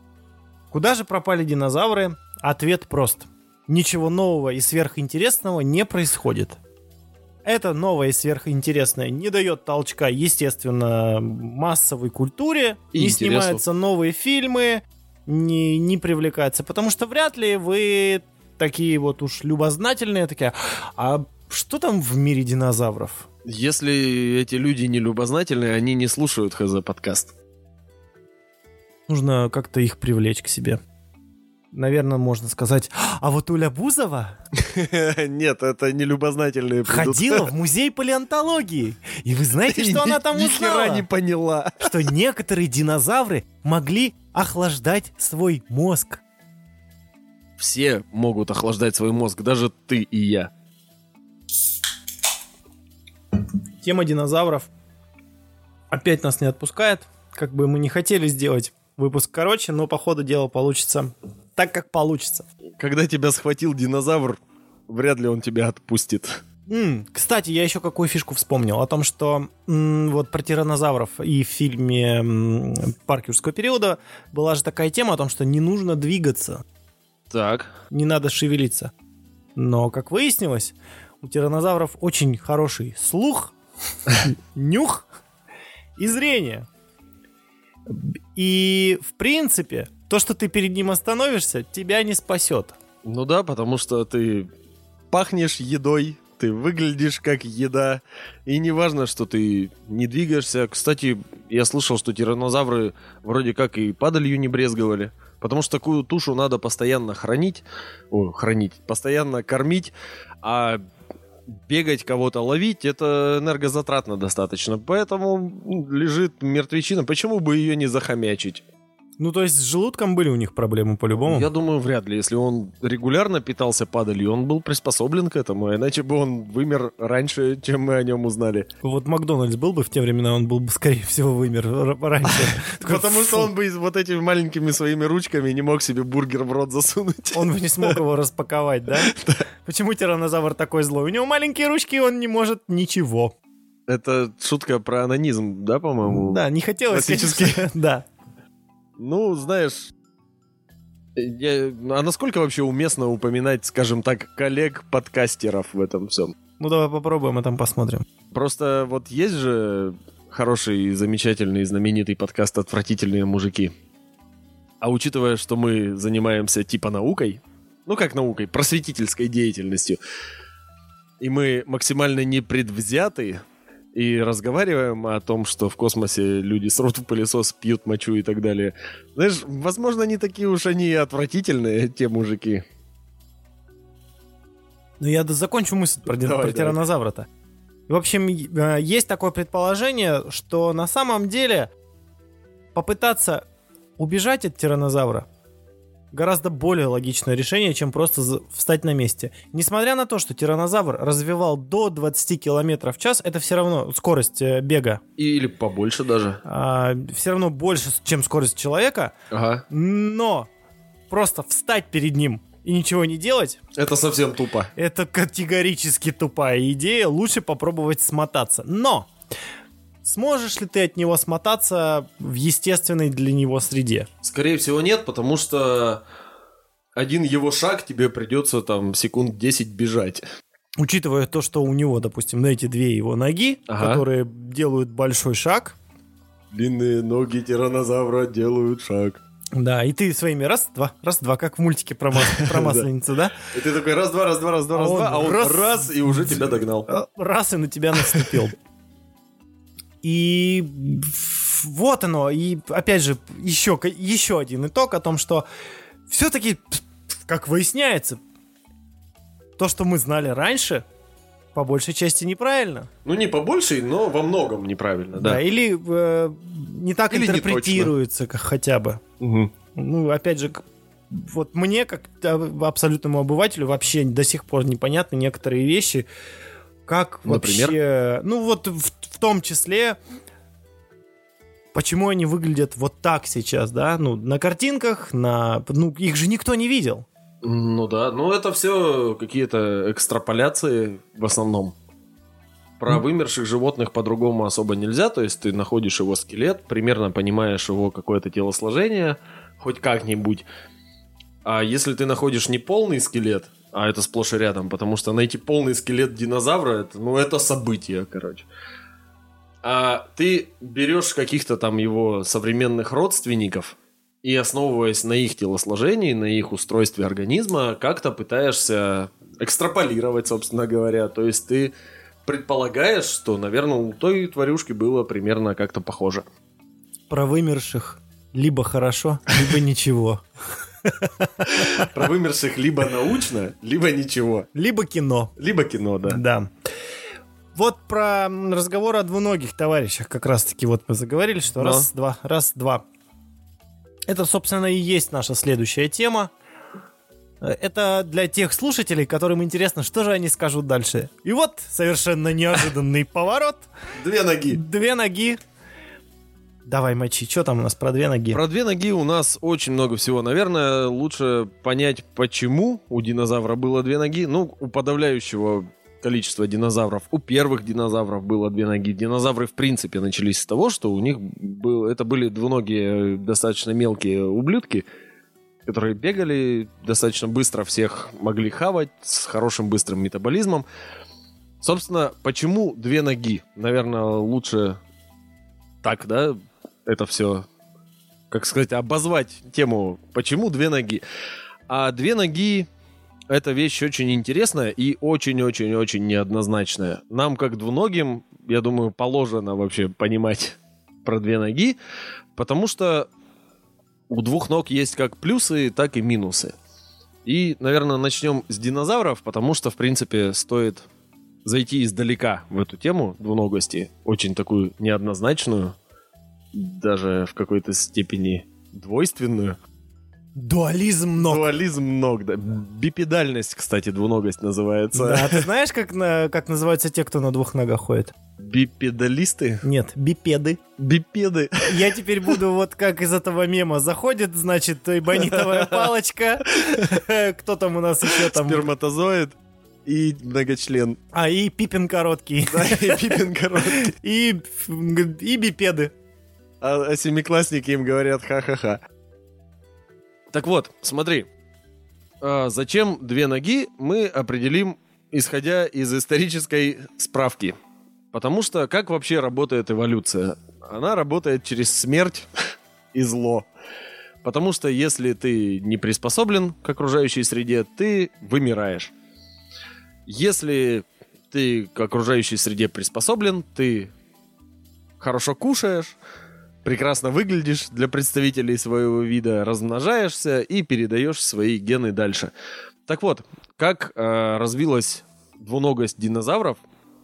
Куда же пропали динозавры? Ответ прост. Ничего нового и сверхинтересного не происходит. Это новое и сверхинтересное не дает толчка, естественно, массовой культуре. И не интересу. Снимаются новые фильмы, не, не привлекаются. Потому что вряд ли вы такие вот уж любознательные, такие, а что там в мире динозавров? Если эти люди не любознательные, они не слушают ХЗ подкаст. Нужно как-то их привлечь к себе. наверное, можно сказать, а вот Уля Бузова Нет, это не любознательные придут. ходила в музей палеонтологии. И вы знаете, что она там Ни хера узнала? не поняла. Что некоторые динозавры могли охлаждать свой мозг. Все могут охлаждать свой мозг, даже ты и я. Тема динозавров опять нас не отпускает. Как бы мы не хотели сделать выпуск короче, но по ходу дела получится так, как получится. Когда тебя схватил динозавр, вряд ли он тебя отпустит. М, кстати, я еще какую фишку вспомнил. О том, что м, вот про тираннозавров и в фильме м, «Парк юрского периода» была же такая тема о том, что не нужно двигаться, Так. не надо шевелиться. Но, как выяснилось, у тираннозавров очень хороший слух, нюх и зрение. И, в принципе, то, что ты перед ним остановишься, тебя не спасет. Ну да, потому что ты пахнешь едой, ты выглядишь как еда, и не важно, что ты не двигаешься. Кстати, я слышал, что тираннозавры вроде как и падалью не брезговали, потому что такую тушу надо постоянно хранить, о, хранить, постоянно кормить, а бегать кого-то ловить, это энергозатратно достаточно, поэтому лежит мертвечина, почему бы ее не захомячить? Ну, то есть с желудком были у них проблемы по-любому. Я думаю, вряд ли. Если он регулярно питался падалью, он был приспособлен к этому, иначе бы он вымер раньше, чем мы о нем узнали. Вот Макдональдс был бы в те времена, он был бы, скорее всего, вымер р- раньше. Потому что он бы вот этими маленькими своими ручками не мог себе бургер в рот засунуть. Он бы не смог его распаковать, да? Почему тираннозавр такой злой? У него маленькие ручки, и он не может ничего. Это шутка про анонизм, да, по-моему? Да, не хотелось... Классический. конечно, Да. Ну, знаешь, я... а насколько вообще уместно упоминать, скажем так, коллег-подкастеров в этом всем? Ну, давай попробуем, а там посмотрим. Просто вот есть же хороший, замечательный, знаменитый подкаст «Отвратительные мужики». А учитывая, что мы занимаемся типа наукой, ну как наукой, просветительской деятельностью, и мы максимально непредвзяты и разговариваем о том, что в космосе люди срут в пылесос, пьют мочу и так далее. Знаешь, возможно, не такие уж они отвратительные, те мужики. Ну, я закончу мысль про, дин- Давай, про давай. тираннозавра-то. В общем, э, есть такое предположение, что на самом деле попытаться убежать от тираннозавра гораздо более логичное решение, чем просто за- встать на месте. Несмотря на то, что тираннозавр развивал до двадцать километров в час, это все равно скорость э, бега. Или побольше даже. Все равно больше, чем скорость человека, Ага. но просто встать перед ним и ничего не делать, Это совсем тупо. это категорически тупая идея. Лучше попробовать смотаться. Но сможешь ли ты от него смотаться в естественной для него среде? Скорее всего нет, потому что один его шаг тебе придется там секунд десять бежать. Учитывая то, что у него, допустим, на эти две его ноги, Ага. которые делают большой шаг, Длинные ноги тираннозавра делают шаг. да, и ты своими раз-два, раз-два, как в мультике про, мас- про масленицу, да? И ты такой раз-два, раз-два, раз-два, А раз-два, он а он раз- раз и уже тебя догнал. Раз и на тебя наступил. И вот оно. И опять же, еще, еще один итог о том, что все-таки, как выясняется, то, что мы знали раньше, по большей части неправильно. Ну, не побольше, но во многом неправильно, Да, да. или э, не так Или не интерпретируется, как хотя бы. Мгм. Ну, опять же, к- вот мне, как э, абсолютному обывателю, вообще до сих пор непонятны некоторые вещи. Как Например? вообще... Ну, вот в, в том числе, почему они выглядят вот так сейчас, да? Ну, на картинках, на... Ну, их же никто не видел. Ну да, ну это все какие-то экстраполяции в основном. Про Ну. вымерших животных по-другому особо нельзя, то есть ты находишь его скелет, примерно понимаешь его какое-то телосложение, хоть как-нибудь. А если ты находишь не полный скелет, а это сплошь и рядом, потому что найти полный скелет динозавра, это, ну это событие, короче. А ты берешь каких-то там его современных родственников и, основываясь на их телосложении, на их устройстве организма, как-то пытаешься экстраполировать, собственно говоря. То есть ты предполагаешь, что, наверное, у той тварюшки было примерно как-то похоже. Про вымерших либо хорошо, либо ничего. Про вымерших либо научно, либо ничего. Либо кино. Либо кино, да. Да. Вот про разговор о двуногих товарищах как раз-таки вот мы заговорили, что Но. раз, два, раз, два. Это, собственно, и есть наша следующая тема. Это для тех слушателей, которым интересно, что же они скажут дальше. И вот совершенно неожиданный поворот. Две ноги. Две ноги. Давай, мочи, что там у нас про две ноги? Про две ноги у нас очень много всего. Наверное, лучше понять, почему у динозавра было две ноги. Ну, у подавляющего количества динозавров, у первых динозавров было две ноги. Динозавры, в принципе, начались с того, что у них был, это были двуногие, достаточно мелкие ублюдки, которые бегали достаточно быстро, всех могли хавать, с хорошим быстрым метаболизмом. Собственно, почему две ноги? Наверное, лучше так, да, это все, как сказать, обозвать тему, почему две ноги. А две ноги — это вещь очень интересная и очень-очень-очень неоднозначная. Нам, как двуногим, я думаю, положено вообще понимать про две ноги, потому что у двух ног есть как плюсы, так и минусы. И, наверное, начнем с динозавров, потому что, в принципе, стоит зайти издалека в эту тему двуногости, очень такую неоднозначную, даже в какой-то степени двойственную. Дуализм ног. Дуализм ног, да. Бипедальность, кстати, двуногость называется. Да, ты знаешь, как, на, как называются те, кто на двух ногах ходит? Бипедалисты? Нет, бипеды. Бипеды. Я теперь буду вот как из этого мема. Заходит, значит, эбонитовая палочка. Кто там у нас еще там? Сперматозоид и многочлен. А, и Пипин короткий. Да, и Пипин короткий. И, и бипеды. А, а семиклассники им говорят ха-ха-ха. Так вот, смотри. А зачем две ноги, мы определим, исходя из исторической справки. Потому что как вообще работает эволюция? Она работает через смерть и зло. Потому что если ты не приспособлен к окружающей среде, ты вымираешь. Если ты к окружающей среде приспособлен, ты хорошо кушаешь, прекрасно выглядишь для представителей своего вида, размножаешься и передаешь свои гены дальше. Так вот, как э, развилась двуногость динозавров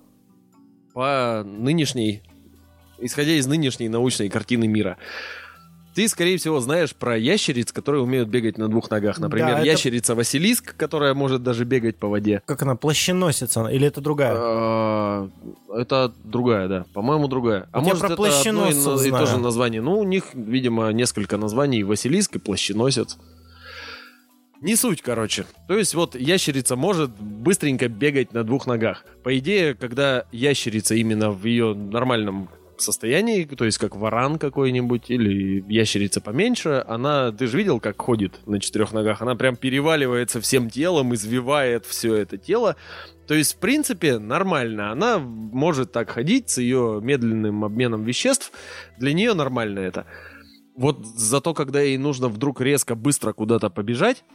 по нынешней, исходя из нынешней научной картины мира. Ты, скорее всего, знаешь про ящериц, которые умеют бегать на двух ногах. Например, да, это... ящерица Василиск, которая может даже бегать по воде. Как она, плащеносица? Или это другая? Это другая, да. По-моему, другая. А вот может, это одно и, и то же название. Ну, у них, видимо, несколько названий. Василиск и плащеносец. Не суть, короче. То есть вот ящерица может быстренько бегать на двух ногах. По идее, когда ящерица именно в ее нормальном состоянии, то есть как варан какой-нибудь или ящерица поменьше, она, ты же видел, как ходит на четырех ногах? Она прям переваливается всем телом, извивает все это тело. То есть, в принципе, нормально. Она может так ходить с ее медленным обменом веществ. Для нее нормально это. Вот зато, когда ей нужно вдруг резко, быстро куда-то побежать,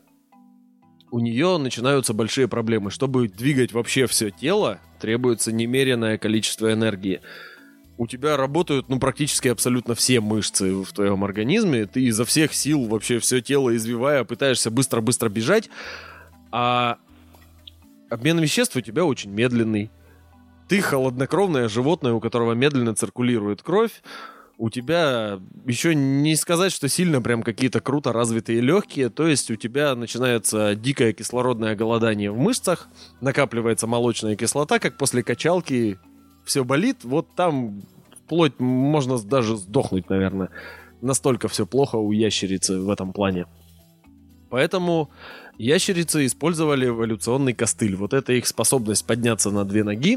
у нее начинаются большие проблемы. Чтобы двигать вообще все тело, требуется немеренное количество энергии. У тебя работают, ну, практически абсолютно все мышцы в твоем организме. Ты изо всех сил вообще все тело извивая, пытаешься быстро-быстро бежать, а обмен веществ у тебя очень медленный. Ты холоднокровное животное, у которого медленно циркулирует кровь. У тебя еще не сказать, что сильно прям какие-то круто развитые легкие. То есть у тебя начинается дикое кислородное голодание в мышцах, накапливается молочная кислота, как после качалки. Все болит, вот там вплоть можно даже сдохнуть, наверное. Настолько все плохо у ящерицы в этом плане. Поэтому ящерицы использовали эволюционный костыль. Вот эта их способность подняться на две ноги,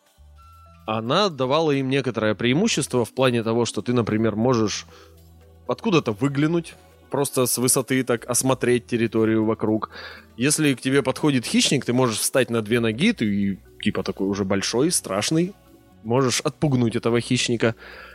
она давала им некоторое преимущество в плане того, что ты, например, можешь откуда-то выглянуть, просто с высоты так осмотреть территорию вокруг. Если к тебе подходит хищник, ты можешь встать на две ноги, ты типа такой уже большой, страшный, можешь отпугнуть этого хищника.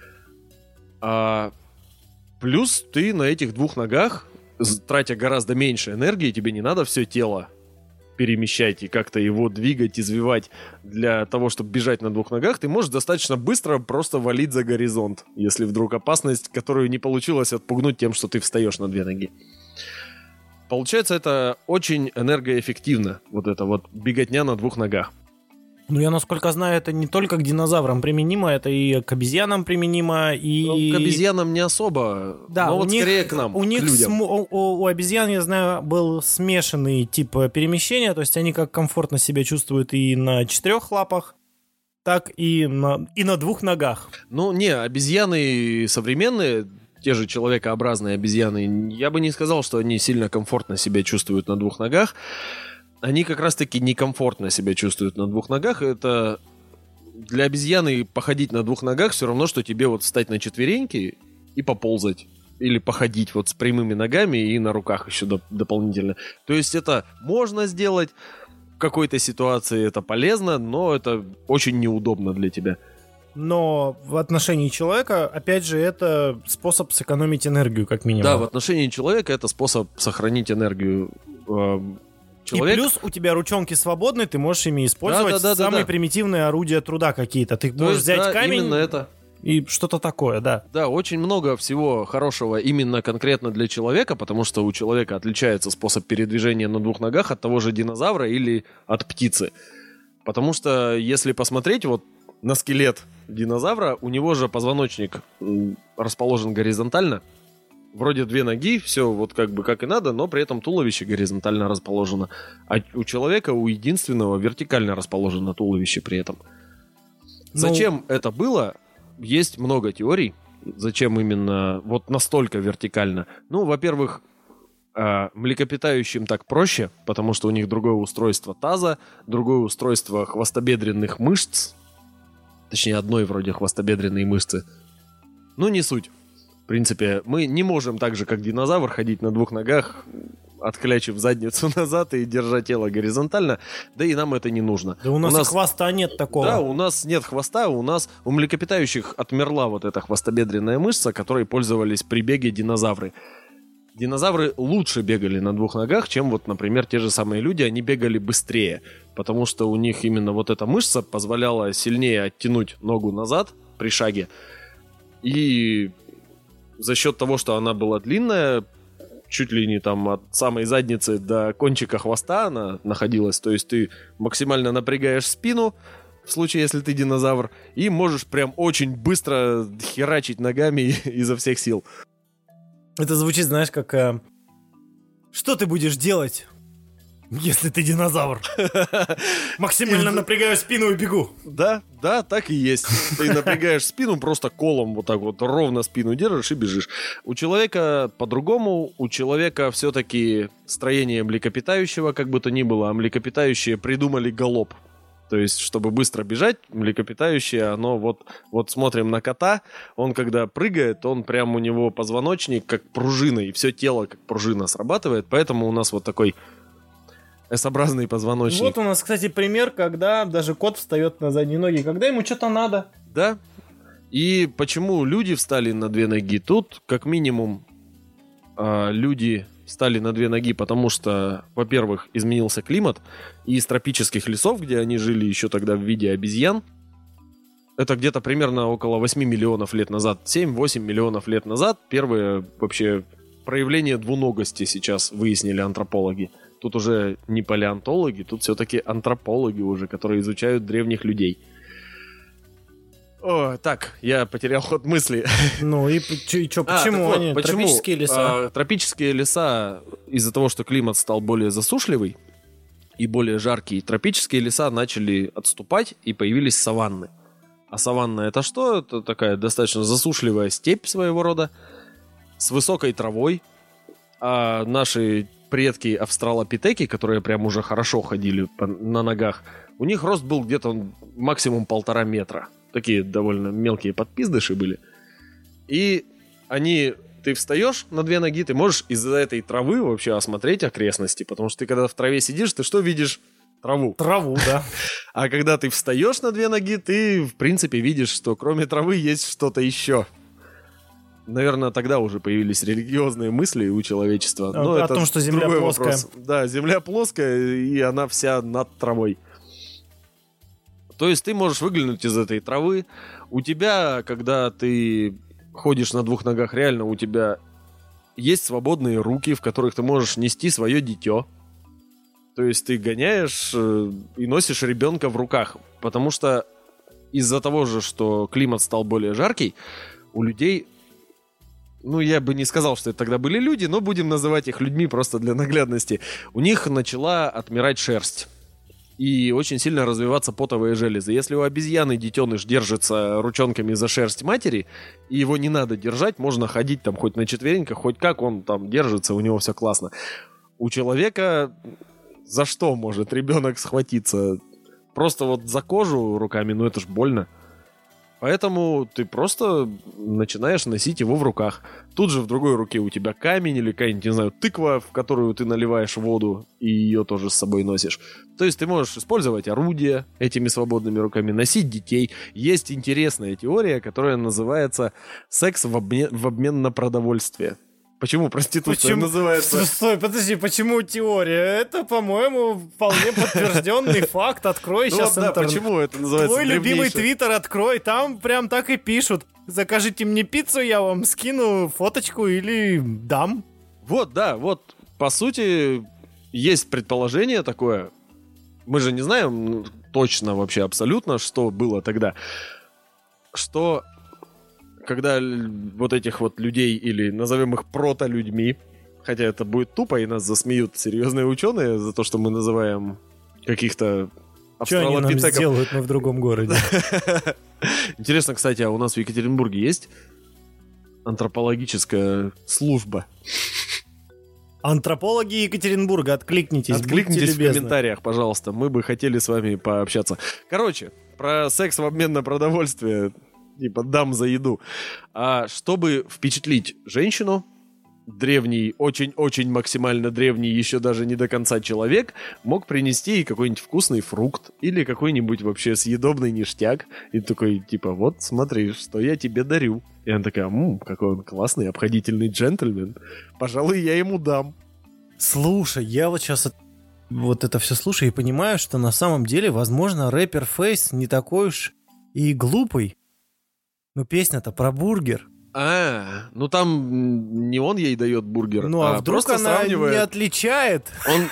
А плюс ты на этих двух ногах, тратя гораздо меньше энергии, тебе не надо все тело перемещать и как-то его двигать, извивать для того, чтобы бежать на двух ногах. Ты можешь достаточно быстро просто валить за горизонт, если вдруг опасность, которую не получилось отпугнуть тем, что ты встаешь на две ноги. Получается, это очень энергоэффективно, вот это вот беготня на двух ногах. Ну, я, насколько знаю, это не только к динозаврам применимо, это и к обезьянам применимо, и... Ну, к обезьянам не особо, да, но у вот них, скорее к нам, у к них людям. см- у, у обезьян, я знаю, был смешанный тип перемещения, то есть они как комфортно себя чувствуют и на четырех лапах, так и на, и на двух ногах. Ну, не, обезьяны современные, те же человекообразные обезьяны, я бы не сказал, что они сильно комфортно себя чувствуют на двух ногах. Они как раз-таки некомфортно себя чувствуют на двух ногах. Это для обезьяны походить на двух ногах все равно, что тебе вот встать на четвереньки и поползать. Или походить вот с прямыми ногами и на руках еще доп- дополнительно. То есть это можно сделать, в какой-то ситуации это полезно, но это очень неудобно для тебя. Но в отношении человека, опять же, это способ сэкономить энергию, как минимум. Да, в отношении человека это способ сохранить энергию. Человек... И плюс у тебя ручонки свободны, ты можешь ими использовать Да, да, да, самые да, да. примитивные орудия труда какие-то. Ты То можешь есть, взять да, камень именно это. и что-то такое, да. Да, очень много всего хорошего именно конкретно для человека, потому что у человека отличается способ передвижения на двух ногах от того же динозавра или от птицы. Потому что если посмотреть вот на скелет динозавра, у него же позвоночник м, расположен горизонтально. Вроде две ноги, все вот как бы как и надо, но при этом туловище горизонтально расположено. А у человека, у единственного, вертикально расположено туловище при этом. Ну... Зачем это было? Есть много теорий. Зачем именно вот настолько вертикально? Ну, во-первых, э, млекопитающим так проще, потому что у них другое устройство таза, другое устройство хвостобедренных мышц. Точнее, одной вроде хвостобедренной мышцы. Ну, не суть. В принципе, мы не можем так же, как динозавр, ходить на двух ногах, отклячив задницу назад и держа тело горизонтально, да и нам это не нужно. Да у нас, у нас и хвоста нет такого. Да, у нас нет хвоста, у нас у млекопитающих отмерла вот эта хвостобедренная мышца, которой пользовались при беге динозавры. Динозавры лучше бегали на двух ногах, чем вот, например, те же самые люди, они бегали быстрее, потому что у них именно вот эта мышца позволяла сильнее оттянуть ногу назад при шаге, и за счет того, что она была длинная, чуть ли не там от самой задницы до кончика хвоста она находилась, то есть ты максимально напрягаешь спину, в случае, если ты динозавр, и можешь прям очень быстро херачить ногами изо всех сил. Это звучит, знаешь, как... Э, что ты будешь делать, если ты динозавр? Максимально напрягаю спину и бегу. Да, да, так и есть. Ты напрягаешь спину, просто колом вот так вот ровно спину держишь и бежишь. У человека по-другому, у человека все-таки строение млекопитающего, как бы то ни было, а млекопитающие придумали галоп. То есть, чтобы быстро бежать, млекопитающее, оно вот, вот смотрим на кота, он когда прыгает, он прям у него позвоночник как пружина, и все тело как пружина срабатывает, поэтому у нас вот такой эс-образный позвоночник. Вот у нас, кстати, пример, когда даже кот встает на задние ноги, когда ему что-то надо. Да. И почему люди встали на две ноги? Тут, как минимум, люди встали на две ноги, потому что, во-первых, изменился климат, и из тропических лесов, где они жили еще тогда в виде обезьян, это где-то примерно около восемь миллионов лет назад, семь-восемь миллионов лет назад, первые вообще проявления двуногости сейчас выяснили антропологи. Тут уже не палеонтологи, тут все-таки антропологи уже, которые изучают древних людей. О, так, я потерял ход мысли. Ну и что, почему а, они? Вот, почему, Тропические леса. А, тропические леса, из-за того, что климат стал более засушливый и более жаркий, тропические леса начали отступать, и появились саванны. А саванна это что? Это такая достаточно засушливая степь своего рода, с высокой травой. А наши предки австралопитеки, которые прям уже хорошо ходили по, на ногах, у них рост был где-то максимум полтора метра. Такие довольно мелкие подпиздыши были. И они... Ты встаешь на две ноги, ты можешь из-за этой травы вообще осмотреть окрестности, потому что ты когда в траве сидишь, ты что видишь? Траву. Траву, да. А когда ты встаешь на две ноги, ты, в принципе, видишь, что кроме травы есть что-то еще. Наверное, тогда уже появились религиозные мысли у человечества. Но о это том, что Земля плоская. Вопрос. Да, Земля плоская, и она вся над травой. То есть ты можешь выглянуть из этой травы. У тебя, когда ты ходишь на двух ногах, реально у тебя есть свободные руки, в которых ты можешь нести свое дитё. То есть ты гоняешь э, и носишь ребенка в руках. Потому что из-за того же, что климат стал более жаркий, у людей... Ну, я бы не сказал, что это тогда были люди, но будем называть их людьми просто для наглядности. У них начала отмирать шерсть. И очень сильно развиваться потовые железы. Если у обезьяны детеныш держится ручонками за шерсть матери, и его не надо держать, можно ходить там хоть на четвереньках, хоть как он там держится, у него все классно. У человека за что может ребенок схватиться? Просто вот за кожу руками, ну это ж больно. Поэтому ты просто начинаешь носить его в руках. Тут же в другой руке у тебя камень или какая-нибудь, не знаю, тыква, в которую ты наливаешь воду и ее тоже с собой носишь. То есть ты можешь использовать орудия этими свободными руками, носить детей. Есть интересная теория, которая называется «секс в обмен, в обмен на продовольствие». Почему проституция Почему? называется? Стой, подожди, почему теория? Это, по-моему, вполне подтвержденный факт. Открой Ну сейчас вот, да, интернет. почему это называется Твой любимый древнейшее? твиттер открой, там прям так и пишут. Закажите мне пиццу, я вам скину фоточку или дам. Вот, да, вот, по сути, есть предположение такое. Мы же не знаем ну, точно вообще абсолютно, что было тогда. Что когда л- вот этих вот людей, или назовем их прото-людьми, хотя это будет тупо, и нас засмеют серьезные ученые за то, что мы называем каких-то Что они нам австралопитеков. сделают, мы в другом городе? Интересно, кстати, а у нас в Екатеринбурге есть антропологическая служба? Антропологи Екатеринбурга, откликнитесь, Откликнитесь будьте в любезны. комментариях, пожалуйста. Мы бы хотели с вами пообщаться. Короче, про секс в обмен на продовольствие, типа дам за еду. А чтобы впечатлить женщину, древний, очень-очень максимально древний, еще даже не до конца человек, мог принести ей какой-нибудь вкусный фрукт или какой-нибудь вообще съедобный ништяк. И такой, типа, вот, смотри, что я тебе дарю. И она такая, ммм, какой он классный, обходительный джентльмен. Пожалуй, я ему дам. Слушай, я вот сейчас вот это все слушаю и понимаю, что на самом деле, возможно, рэпер Фейс не такой уж и глупый. Ну, песня-то про бургер. А, ну там м, не он ей дает бургер, Ну, а, а вдруг просто она сравнивает. не отличает? Он,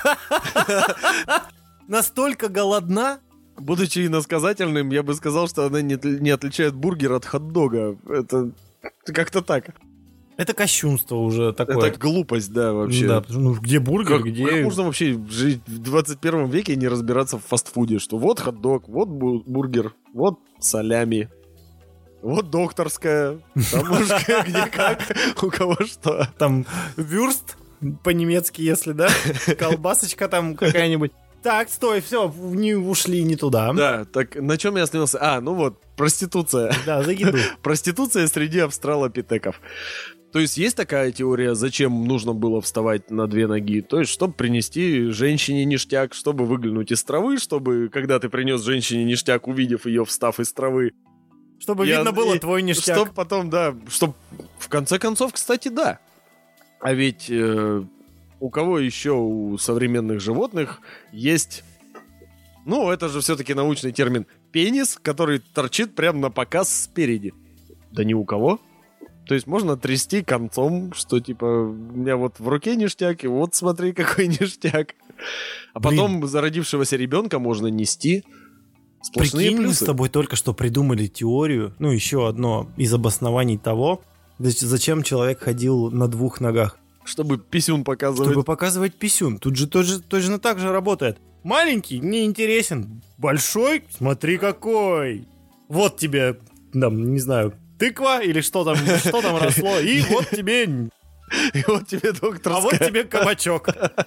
Настолько голодна? будучи иносказательным, я бы сказал, что она не, отли- не отличает бургер от хот-дога. Это как-то так. Это кощунство уже такое. Это глупость, да, вообще. Да, потому что, ну, где бургер, Как, где... как можно вообще жить в двадцать первом веке и не разбираться в фастфуде? Что вот хот-дог, вот бу- бургер, вот солями, вот докторская, там уж где как, у кого что. Там вюрст, по-немецки, если, да? Колбасочка там какая-нибудь. Так, стой, все, не ушли не туда. Да, так на чем я остановился? А, ну вот, проституция. Да, за еду. Проституция среди австралопитеков. То есть есть такая теория, зачем нужно было вставать на две ноги? То есть, чтобы принести женщине ништяк, чтобы выглянуть из травы, чтобы, когда ты принес женщине ништяк, увидев ее, встав из травы, Чтобы я- видно было и- твой ништяк. Чтоб потом, да, чтоб в конце концов, кстати, да. А ведь э, у кого еще у современных животных есть, ну, это же все-таки научный термин, пенис, который торчит прямо на показ спереди? Да ни у кого. То есть можно трясти концом, что типа у меня вот в руке ништяк, и вот смотри, какой ништяк. А Блин. потом зародившегося ребенка можно нести. Сплошные Прикинь, мы плюсы. с тобой только что придумали теорию, ну, еще одно из обоснований того, зач- зачем человек ходил на двух ногах. Чтобы писюн показывать. Чтобы показывать писюн. Тут же тоже, точно так же работает. Маленький, не интересен. Большой, смотри какой. Вот тебе, там, не знаю, тыква или что там, что там росло. И вот тебе, И вот тебе докторская. а вот тебе кабачок.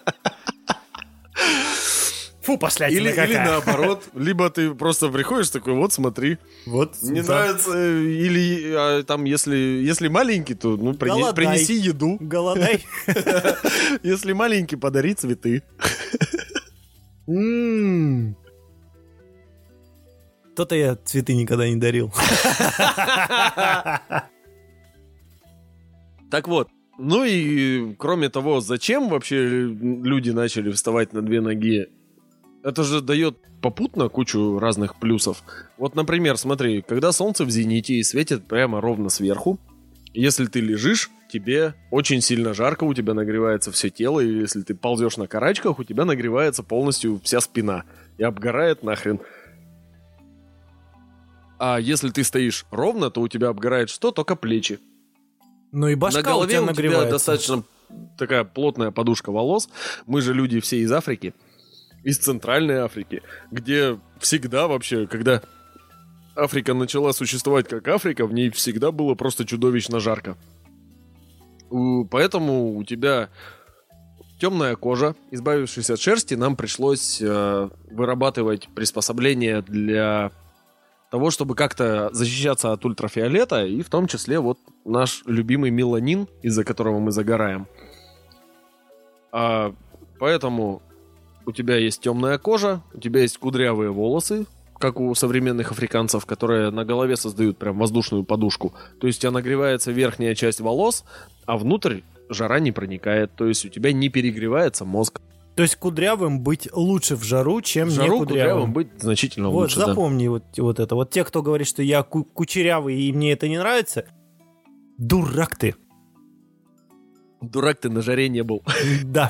Фу, послятина Или, или какая. наоборот, либо ты просто приходишь такой, вот смотри, Вот, не да. нравится, э, или а, там, если, если маленький, то ну, прине- Голодай. принеси еду, Голодай. если маленький, подари цветы. М. То-то я цветы никогда не дарил. Так вот, ну и кроме того, зачем вообще люди начали вставать на две ноги? Это же дает попутно кучу разных плюсов. Вот, например, смотри, когда солнце в зените и светит прямо ровно сверху, Если ты лежишь, тебе очень сильно жарко, у тебя нагревается все тело, и если ты ползешь на карачках, у тебя нагревается полностью вся спина и обгорает нахрен. А если ты стоишь ровно, то у тебя обгорает что? Только плечи. Ну и башка на голове у тебя у нагревается. тебя достаточно такая плотная подушка волос. Мы же люди все из Африки, из Центральной Африки, где всегда вообще, когда Африка начала существовать как Африка, в ней всегда было просто чудовищно жарко. Поэтому у тебя темная кожа. Избавившись от шерсти, нам пришлось э, вырабатывать приспособления для того, чтобы как-то защищаться от ультрафиолета, и в том числе вот наш любимый меланин, из-за которого мы загораем. А, поэтому у тебя есть темная кожа, у тебя есть кудрявые волосы, как у современных африканцев, которые на голове создают прям воздушную подушку. То есть у тебя нагревается верхняя часть волос, а внутрь жара не проникает. То есть у тебя не перегревается мозг. То есть кудрявым быть лучше в жару, чем В не жару кудрявым. кудрявым быть значительно Вот, лучше, да. запомни вот, вот это. Вот те, кто говорит, что я ку- кучерявый и мне это не нравится, дурак ты. Дурак ты, на жаре не был. Да.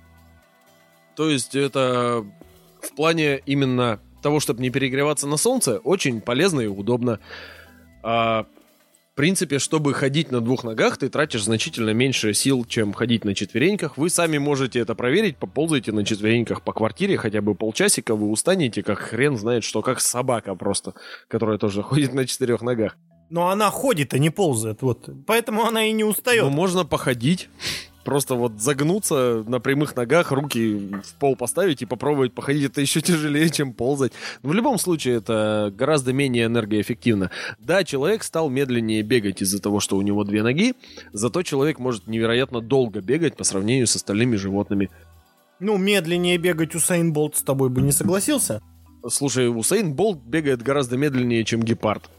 То есть это в плане именно того, чтобы не перегреваться на солнце, очень полезно и удобно. А в принципе, чтобы ходить на двух ногах, ты тратишь значительно меньше сил, чем ходить на четвереньках. Вы сами можете это проверить, поползайте на четвереньках по квартире хотя бы полчасика, вы устанете, как хрен знает что, как собака просто, которая тоже ходит на четырех ногах. Но она ходит, а не ползает, вот. Поэтому она и не устает. Ну, можно походить, просто вот загнуться на прямых ногах, руки в пол поставить и попробовать походить. Это еще тяжелее, чем ползать. Но в любом случае это гораздо менее энергоэффективно. Да, человек стал медленнее бегать из-за того, что у него две ноги, зато человек может невероятно долго бегать по сравнению с остальными животными. Ну, медленнее бегать Усейн Болт с тобой бы не согласился. Слушай, Усейн Болт бегает гораздо медленнее, чем гепард.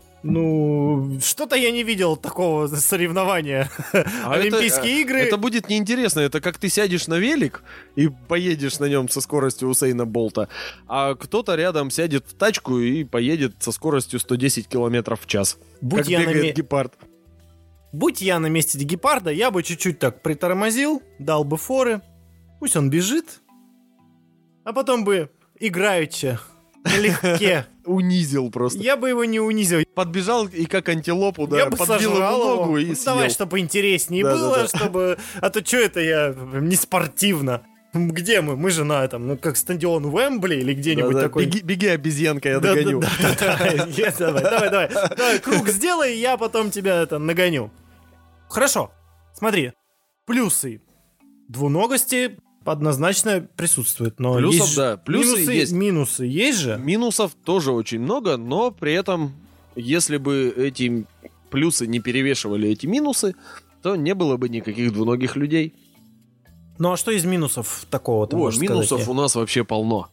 Ну, что-то я не видел такого соревнования. А Олимпийские это, игры. Это будет неинтересно. Это как ты сядешь на велик и поедешь на нем со скоростью Усейна Болта, а кто-то рядом сядет в тачку и поедет со скоростью сто десять километров в час. Будь как я бегает на ме- гепард. Будь я на месте гепарда, я бы чуть-чуть так притормозил, дал бы форы, пусть он бежит, а потом бы играючи, налегке. Унизил просто. Я бы его не унизил. Подбежал и как антилопу, да, Я бы подбил сожрал ему ногу его. и Ну, давай, съел. чтобы интереснее Да, было, да, да. чтобы... А то что это я не спортивно? Где мы? Мы же на этом, ну как стадион Уэмбли или где-нибудь Да-да, такой. Беги, беги, обезьянка, я Да, догоню. да, да, да, да. Я- Давай, давай, давай. Давай, круг сделай, я потом тебя это нагоню. Хорошо. Смотри. Плюсы двуногости однозначно присутствуют. Но Плюсов, есть же да, плюсы минусы, есть. Минусы есть же. Минусов тоже очень много, но при этом, если бы эти плюсы не перевешивали эти минусы, то не было бы никаких двуногих людей. Ну а что из минусов такого ты О, можешь минусов сказать? у нас вообще полно.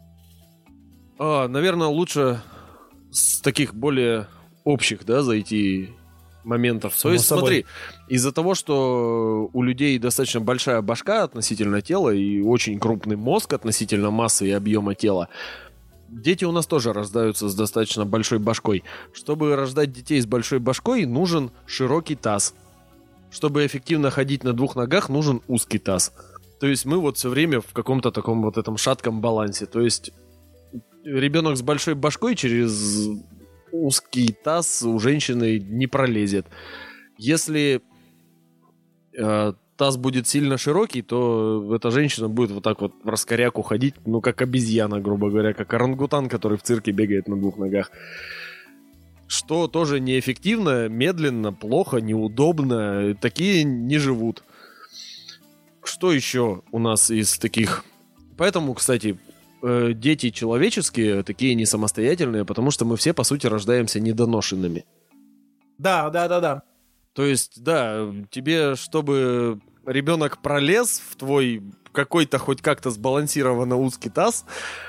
А, наверное, лучше с таких более общих, да, зайти моментов. То Само есть, собой. смотри, из-за того, что у людей достаточно большая башка относительно тела и очень крупный мозг относительно массы и объема тела, дети у нас тоже рождаются с достаточно большой башкой. Чтобы рождать детей с большой башкой, нужен широкий таз. Чтобы эффективно ходить на двух ногах, нужен узкий таз. То есть мы вот все время в каком-то таком вот этом шатком балансе. То есть ребенок с большой башкой через узкий таз у женщины не пролезет. Если э, таз будет сильно широкий, то эта женщина будет вот так вот в раскоряку ходить, ну, как обезьяна, грубо говоря, как орангутан, который в цирке бегает на двух ногах. Что тоже неэффективно, медленно, плохо, неудобно. Такие не живут. Что еще у нас из таких... Поэтому, кстати, э, дети человеческие такие не самостоятельные, потому что мы все, по сути, рождаемся недоношенными. Да, да, да, да. То есть, да, тебе, чтобы ребенок пролез в твой какой-то хоть как-то сбалансированно узкий таз,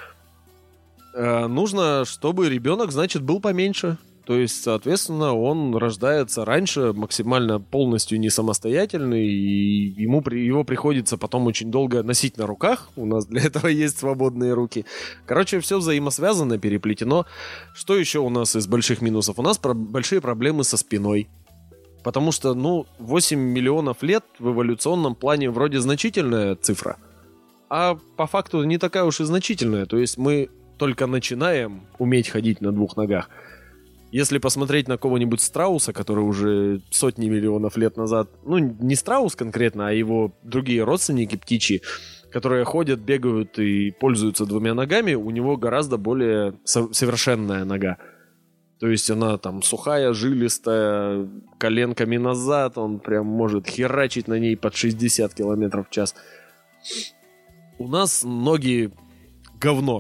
э, нужно, чтобы ребенок, значит, был поменьше. То есть, соответственно, он рождается раньше, максимально полностью не самостоятельный, и ему, при- его приходится потом очень долго носить на руках. У нас для этого есть свободные руки. Короче, все взаимосвязано, переплетено. Что еще у нас из больших минусов? У нас про- большие проблемы со спиной. Потому что, ну, восемь миллионов лет в эволюционном плане вроде значительная цифра, а по факту не такая уж и значительная. То есть мы только начинаем уметь ходить на двух ногах. Если посмотреть на кого-нибудь страуса, который уже сотни миллионов лет назад, ну, не страус конкретно, а его другие родственники птичьи, которые ходят, бегают и пользуются двумя ногами, у него гораздо более со- совершенная нога. То есть она там сухая, жилистая, коленками назад, он прям может херачить на ней под шестьдесят километров в час. У нас ноги говно.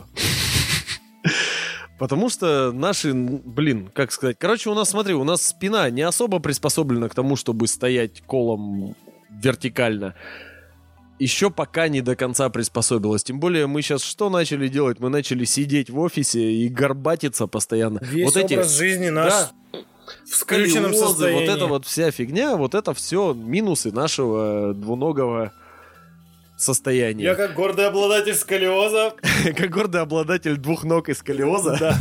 Потому что наши, блин, как сказать, короче, у нас, смотри, у нас спина не особо приспособлена к тому, чтобы стоять колом вертикально. Еще пока не до конца приспособилась. Тем более мы сейчас что начали делать? Мы начали сидеть в офисе и горбатиться постоянно. Весь вот образ эти, жизни наш да, в включенном сколиозы, состоянии. вот эта вот вся фигня, вот это все минусы нашего двуногого состояния. Я как гордый обладатель сколиоза. Как гордый обладатель двух ног и сколиоза. Да.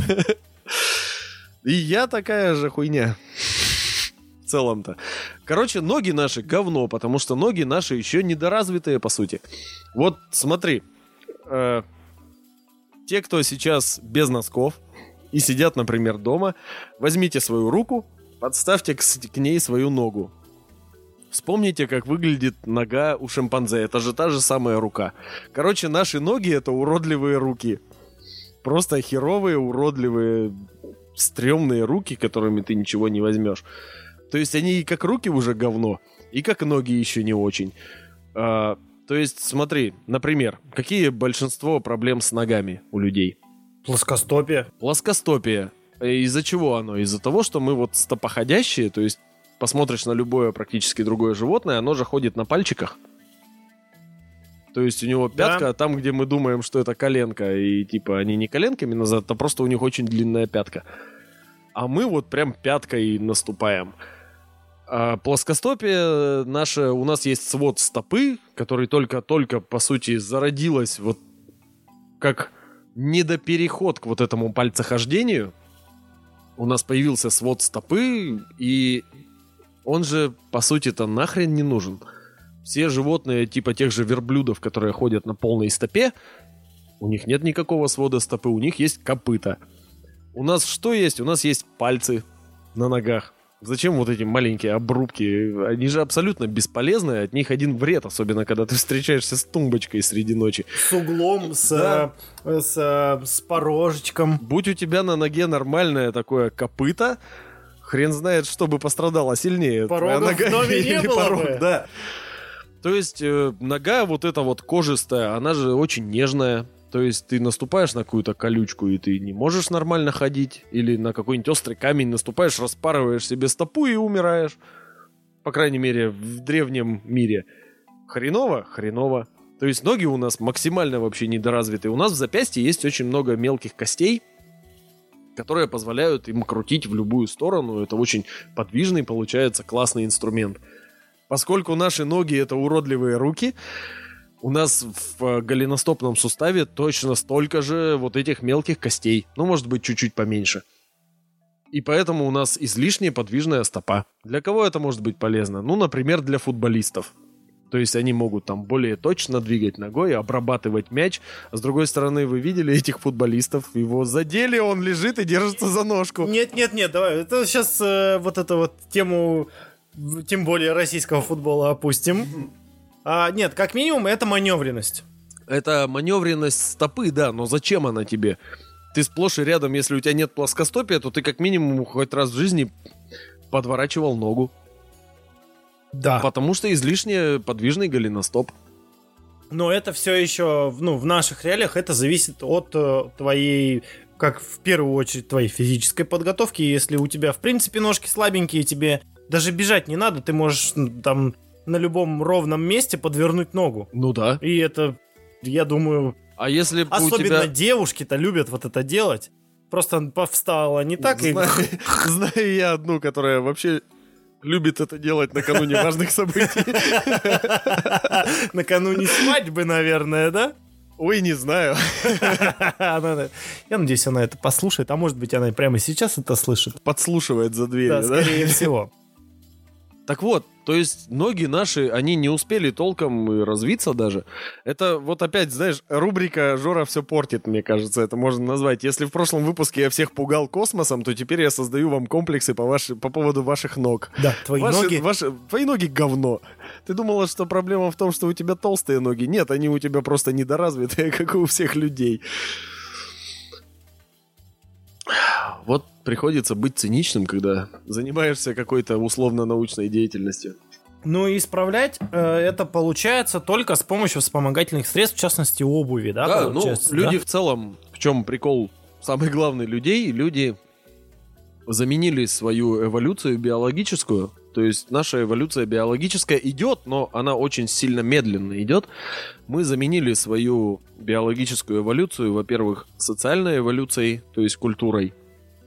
И я такая же хуйня. В целом-то. Короче, ноги наши говно, потому что ноги наши еще недоразвитые, по сути. Вот смотри. Э, те, кто сейчас без носков и сидят, например, дома, возьмите свою руку, подставьте к, к ней свою ногу. Вспомните, как выглядит нога у шимпанзе. Это же та же самая рука. Короче, наши ноги — это уродливые руки. Просто херовые, уродливые, стрёмные руки, которыми ты ничего не возьмешь. То есть они и как руки уже говно, и как ноги еще не очень. А, то есть, смотри, например, какие большинство проблем с ногами у людей? Плоскостопие. Плоскостопие. Из-за чего оно? Из-за того, что мы вот стопоходящие, то есть посмотришь на любое практически другое животное, оно же ходит на пальчиках. То есть у него пятка, Да. там, где мы думаем, что это коленка, и типа они не коленками назад, а просто у них очень длинная пятка. А мы вот прям пяткой наступаем. А плоскостопие наше, у нас есть свод стопы, который только-только, по сути, зародилась вот как недопереход к вот этому пальцехождению. У нас появился свод стопы, и он же, по сути-то, нахрен не нужен. Все животные, типа тех же верблюдов, которые ходят на полной стопе, у них нет никакого свода стопы, у них есть копыта. У нас что есть? У нас есть пальцы на ногах. Зачем вот эти маленькие обрубки? Они же абсолютно бесполезны, от них один вред, особенно когда ты встречаешься с тумбочкой среди ночи. С углом, с, Да. э, с, э, с порожечком. Будь у тебя на ноге нормальное такое копыто, хрен знает, что бы пострадало сильнее. Порогов твоя нога в доме не или было порог, бы. да. То есть э, нога вот эта вот кожистая, она же очень нежная. То есть ты наступаешь на какую-то колючку, и ты не можешь нормально ходить. Или на какой-нибудь острый камень наступаешь, распарываешь себе стопу и умираешь. По крайней мере, в древнем мире. Хреново? Хреново. То есть ноги у нас максимально вообще недоразвиты. У нас в запястье есть очень много мелких костей, которые позволяют им крутить в любую сторону. Это очень подвижный, получается, классный инструмент. Поскольку наши ноги — это уродливые руки, у нас в голеностопном суставе точно столько же вот этих мелких костей. Ну, может быть, чуть-чуть поменьше. И поэтому у нас излишне подвижная стопа. Для кого это может быть полезно? Ну, например, для футболистов. То есть они могут там более точно двигать ногой, обрабатывать мяч. А с другой стороны, вы видели этих футболистов? Его задели, он лежит и держится за ножку. Нет-нет-нет, давай. Это сейчас э, вот эту вот тему, тем более российского футбола, опустим. А, нет, как минимум, это маневренность. Это маневренность стопы, да, но зачем она тебе? Ты сплошь и рядом, если у тебя нет плоскостопия, то ты как минимум хоть раз в жизни подворачивал ногу. Да. Потому что излишне подвижный голеностоп. Но это все еще, ну, в наших реалиях это зависит от э, твоей, как в первую очередь, твоей физической подготовки. Если у тебя, в принципе, ножки слабенькие, тебе даже бежать не надо, ты можешь м, там на любом ровном месте подвернуть ногу. Ну да. И это, я думаю, А если бы у особенно тебя... девушки-то любят вот это делать. Просто повстала не так и... Знаю, знаю я одну, которая вообще любит это делать накануне важных событий. Накануне свадьбы, наверное, да? Ой, не знаю. Она- Я надеюсь, она это послушает, а может быть, она прямо сейчас это слышит. Подслушивает за дверью, Да, да? скорее всего. Так вот, то есть ноги наши, они не успели толком и развиться даже. Это вот опять, знаешь, рубрика «Жора все портит», мне кажется, это можно назвать. Если в прошлом выпуске я всех пугал космосом, то теперь я создаю вам комплексы по, ваши, по поводу ваших ног. Да, твои ваши, ноги... Ваши, твои ноги говно. Ты думала, что проблема в том, что у тебя толстые ноги? Нет, они у тебя просто недоразвитые, как и у всех людей. Вот приходится быть циничным, когда занимаешься какой-то условно-научной деятельностью. Ну и исправлять э, это получается только с помощью вспомогательных средств, в частности обуви, да? Да, ну, да? люди в целом, в чем прикол самый главный людей, люди заменили свою эволюцию биологическую, то есть наша эволюция биологическая идет, но она очень сильно медленно идет. Мы заменили свою биологическую эволюцию, во-первых, социальной эволюцией, то есть культурой,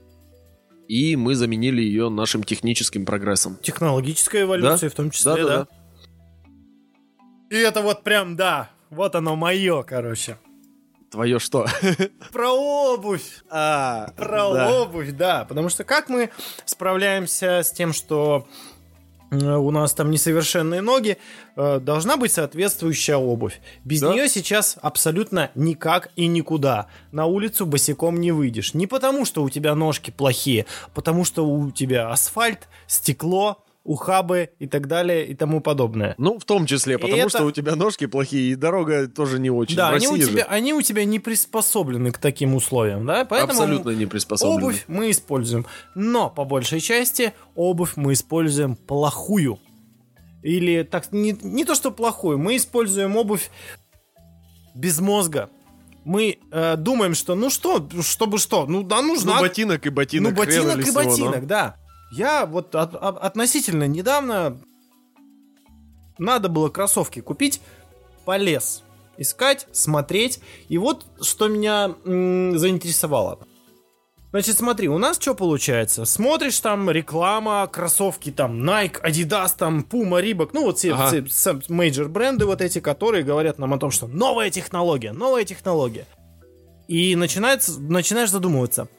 и мы заменили ее нашим техническим прогрессом. Технологической эволюцией, да? В том числе, да, да, да. да. И это вот прям, да, вот оно мое, короче. Твое что? Про обувь. А, Про да. обувь, да. Потому что как мы справляемся с тем, что у нас там несовершенные ноги, должна быть соответствующая обувь. Без Да. нее сейчас абсолютно никак и никуда. На улицу босиком не выйдешь. Не потому, что у тебя ножки плохие, а потому что у тебя асфальт, стекло, ухабы и так далее и тому подобное. Ну, в том числе, потому это- что у тебя ножки плохие, и дорога тоже не очень. Да, В они у, России же тебя, они у тебя не приспособлены к таким условиям, да? Поэтому абсолютно не приспособлены. обувь мы используем. Но, по большей части, обувь мы используем плохую. Или так, не, не то, что плохую, мы используем обувь без мозга. Мы э, думаем, что ну что, чтобы что, ну да, нужна... Ну, ботинок и ботинок. ну, хрен ботинок ли и с него, ботинок, но- да. Я вот от- от- относительно недавно надо было кроссовки купить, полез искать, смотреть, и вот что меня м, заинтересовало. Значит, смотри, у нас что получается? Смотришь, там реклама, кроссовки, там Nike, Adidas, там Puma, Reebok, ну вот все, Ага. все сам- мейджор бренды вот эти, которые говорят нам о том, что новая технология, новая технология. И начинается, начинаешь задумываться,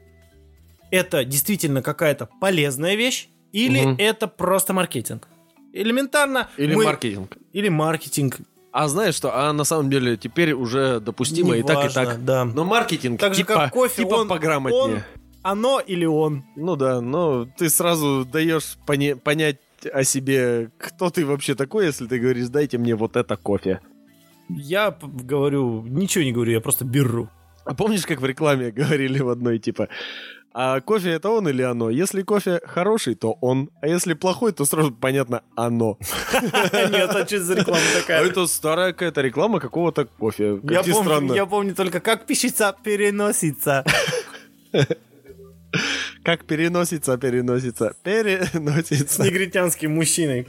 это действительно какая-то полезная вещь или Мгм. это просто маркетинг? Элементарно. Или мы- маркетинг. Или маркетинг. А знаешь что? А на самом деле теперь уже допустимо и так, и Неважно, так. да. Но маркетинг Так же, типа, как кофе, типа он, пограмотнее. он, оно или он. Ну да, но ты сразу даешь пони- понять о себе, кто ты вообще такой, если ты говоришь, дайте мне вот это кофе. Я п- говорю, ничего не говорю, я просто беру. А помнишь, как в рекламе говорили в одной, типа, а кофе это он или оно? Если кофе хороший, то он, а если плохой, то сразу понятно оно. Нет, а что за реклама А такая? это старая какая-то реклама какого-то кофе. Как Я ни помню, странно. я помню только, как пишется переносится. Как переносится, переносится, С переносится. негритянским мужчиной.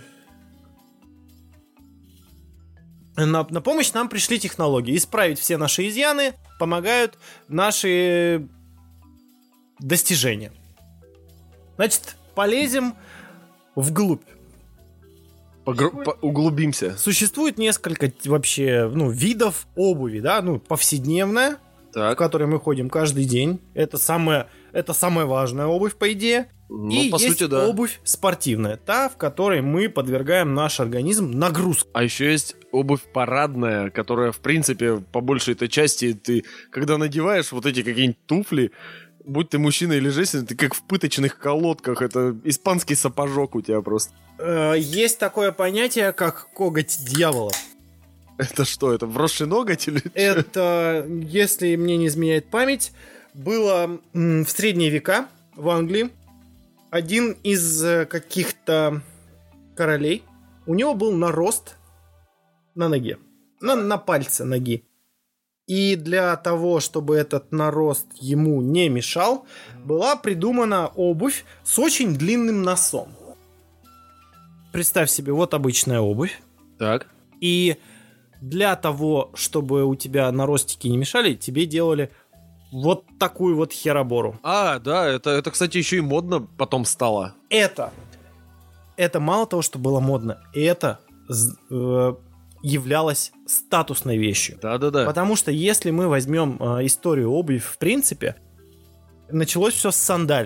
На, на помощь нам пришли технологии. Исправить все наши изъяны помогают наши достижения. Значит, полезем вглубь. Погру- по- Углубимся. Существует несколько вообще ну, видов обуви, да, ну, повседневная, в Так. которой мы ходим каждый день. Это самая, это самая важная обувь, по идее. Ну, И по есть сути, да. обувь спортивная, та, в которой мы подвергаем наш организм нагрузке. А еще есть обувь парадная, которая, в принципе, по большей этой части, ты, когда надеваешь вот эти какие-нибудь туфли, будь ты мужчина или женщина, ты как в пыточных колодках. Это испанский сапожок у тебя просто. Э, Есть такое понятие, как коготь дьявола. Это что, это вросший ноготь или... Это, если мне не изменяет память, было м, в средние века в Англии. Один из э, каких-то королей, у него был нарост на ноге, на, на пальце ноги. И для того, чтобы этот нарост ему не мешал, была придумана обувь с очень длинным носом. Представь себе, вот обычная обувь. Так. И для того, чтобы у тебя наростики не мешали, тебе делали вот такую вот херобору. А, да, это, это, кстати, еще и модно потом стало. Это, это мало того, что было модно, это з- э, являлось статусной вещью. Да-да-да. Потому что если мы возьмем э, историю обуви, в принципе, началось все с сандалий.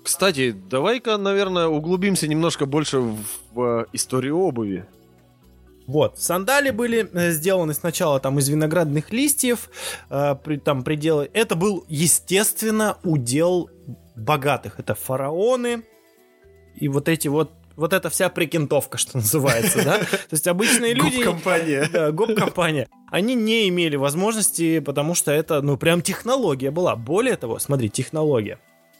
Кстати, давай-ка, наверное, углубимся немножко больше в, в историю обуви. Вот, сандали были э, сделаны сначала там из виноградных листьев, э, при, там пределы. Это был, естественно, удел богатых. Это фараоны и вот эти вот, вот эта вся прикентовка, что называется, да? То есть обычные люди... Гоп-компания. Да, гоп-компания. Они не имели возможности, потому что это, ну, прям технология была. Более того, смотри, технология.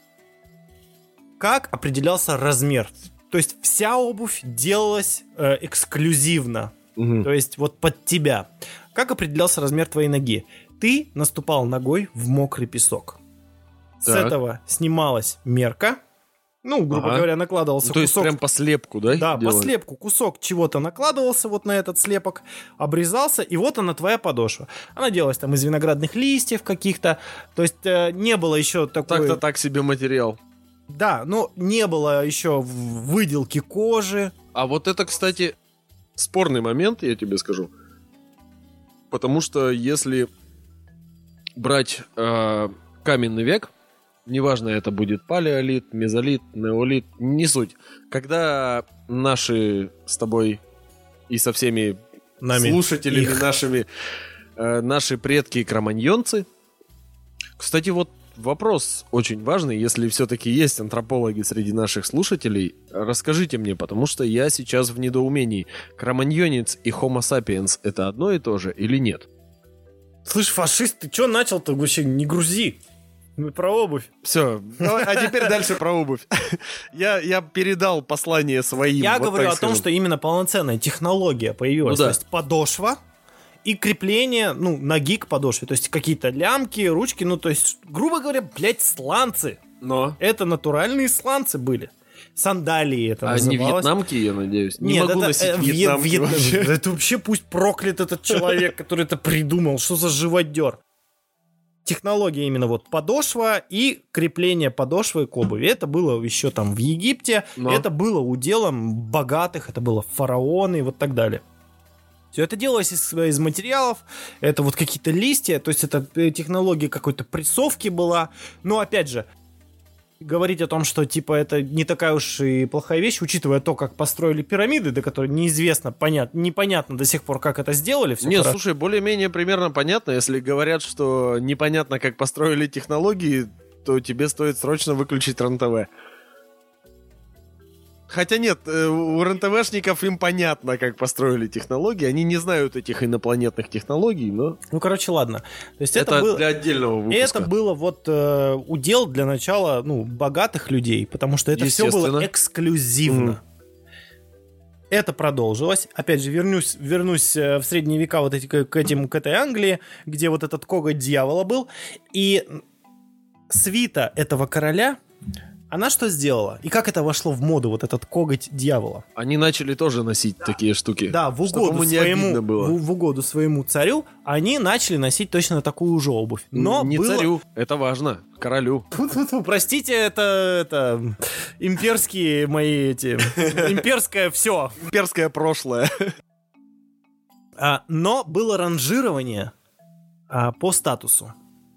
Как определялся размер? То есть вся обувь делалась э, эксклюзивно. Угу. То есть вот под тебя. Как определялся размер твоей ноги? Ты наступал ногой в мокрый песок. Так. С этого снималась мерка. Ну, грубо ага. говоря, накладывался ну, кусок. То есть прям по слепку, да? Да, делали? по слепку кусок чего-то накладывался вот на этот слепок, обрезался, и вот она твоя подошва. Она делалась там из виноградных листьев каких-то. То есть э, не было еще такой... Так-то так себе материал. Да, но не было еще выделки кожи. А вот это, кстати, спорный момент, я тебе скажу. Потому что если брать э, каменный век, неважно, это будет палеолит, мезолит, неолит, не суть. Когда наши с тобой и со всеми Нами. слушателями Их. нашими, э, наши предки кроманьонцы, кстати, вот вопрос очень важный, если все-таки есть антропологи среди наших слушателей, расскажите мне, потому что я сейчас в недоумении. Кроманьонец и Homo sapiens это одно и то же или нет? Слышь, фашист, ты что начал-то вообще? Не грузи. Мы про обувь. Все, а теперь дальше про обувь. Я, я передал послание своим. Я вот говорю о скажем. том, что именно полноценная технология появилась. Ну, да. То есть подошва и крепление, ну, ноги к подошве. То есть какие-то лямки, ручки, ну, то есть, грубо говоря, блядь, сланцы. Но. Это натуральные сланцы были. Сандалии это а называлось. А не вьетнамки, я надеюсь? Не Нет, могу это, носить э, вьетнамки вьет, вообще. Это вообще пусть проклят этот человек, который это придумал. Что за живодер? Технология именно вот подошва и крепление подошвы к обуви. Это было еще там в Египте. Но. Это было уделом богатых, это было фараоны и вот так далее. Все это делалось из, из материалов, это вот какие-то листья, то есть это технология какой-то прессовки была. Но опять же, говорить о том, что типа это не такая уж и плохая вещь, учитывая то, как построили пирамиды, до которой неизвестно, понятно, непонятно до сих пор, как это сделали. Нет, хорошо. Слушай, более-менее примерно понятно. Если говорят, что непонятно, как построили технологии, то тебе стоит срочно выключить РЕН-ТВ. Хотя нет, у РЕН-ТВшников им понятно, как построили технологии. Они не знают этих инопланетных технологий, но... Ну, короче, ладно. То есть это это было, для отдельного выпуска. Это было вот э, удел для начала, ну, богатых людей, потому что это все было эксклюзивно. Mm. Это продолжилось. Опять же, вернусь, вернусь в средние века вот эти, к, этим, к этой Англии, где вот этот коготь дьявола был. И свита этого короля... Она что сделала? И как это вошло в моду, вот этот коготь дьявола? Они начали тоже носить такие штуки. Да, в угоду, своему, в, в угоду своему царю они начали носить точно такую же обувь. Но не было... царю, это важно, королю. Ту-ту-ту, простите, это, это имперские мои эти... Имперское все. Имперское прошлое. А, но было ранжирование а, по статусу.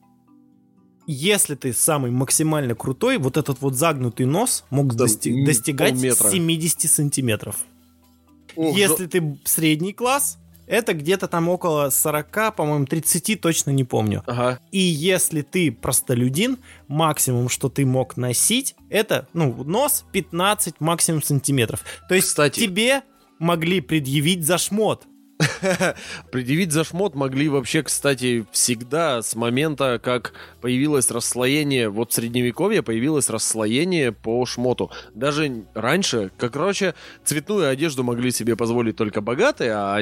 Если ты самый максимально крутой, вот этот вот загнутый нос мог дости- достигать полметра. семьдесят сантиметров. Ох, Если да... ты средний класс, это где-то там около сорок, по-моему, тридцать, точно не помню. Ага. И если ты простолюдин, максимум, что ты мог носить, это, ну, нос пятнадцать максимум сантиметров. То есть Кстати... тебе могли предъявить за шмот. Предъявить за шмот могли вообще, кстати, всегда с момента, как появилось расслоение, вот в средневековье появилось расслоение по шмоту. Даже раньше, как, короче, цветную одежду могли себе позволить только богатые, а,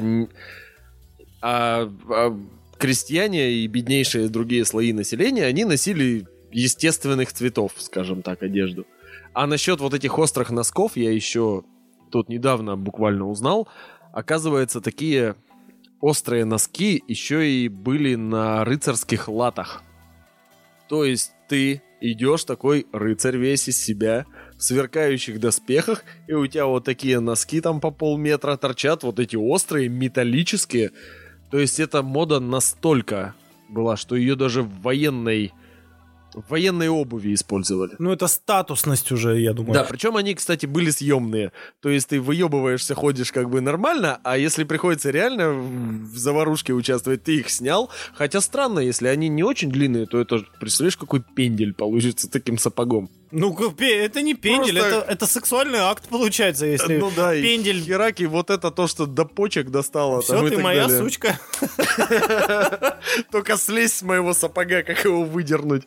а, а крестьяне и беднейшие другие слои населения, они носили естественных цветов, скажем так, одежду. А насчет вот этих острых носков я еще тут недавно буквально узнал. Оказывается, такие острые носки еще и были на рыцарских латах. То есть ты идешь такой рыцарь весь из себя, в сверкающих доспехах, и у тебя вот такие носки там по полметра торчат, вот эти острые, металлические. То есть эта мода настолько была, что ее даже в военной, в военной обуви использовали. Ну, это статусность уже, я думаю. Да, причем они, кстати, были съемные. То есть ты выебываешься, ходишь как бы нормально, а если приходится реально в заварушке участвовать, ты их снял. Хотя странно, если они не очень длинные, то это, представляешь, какой пендель получится таким сапогом. Ну, это не пендель, Просто... это, это сексуальный акт получается, если ну, да, пендель... Хераки, вот это то, что до почек достало. Все, там, ты моя далее. сучка. Только слезь с моего сапога, как его выдернуть.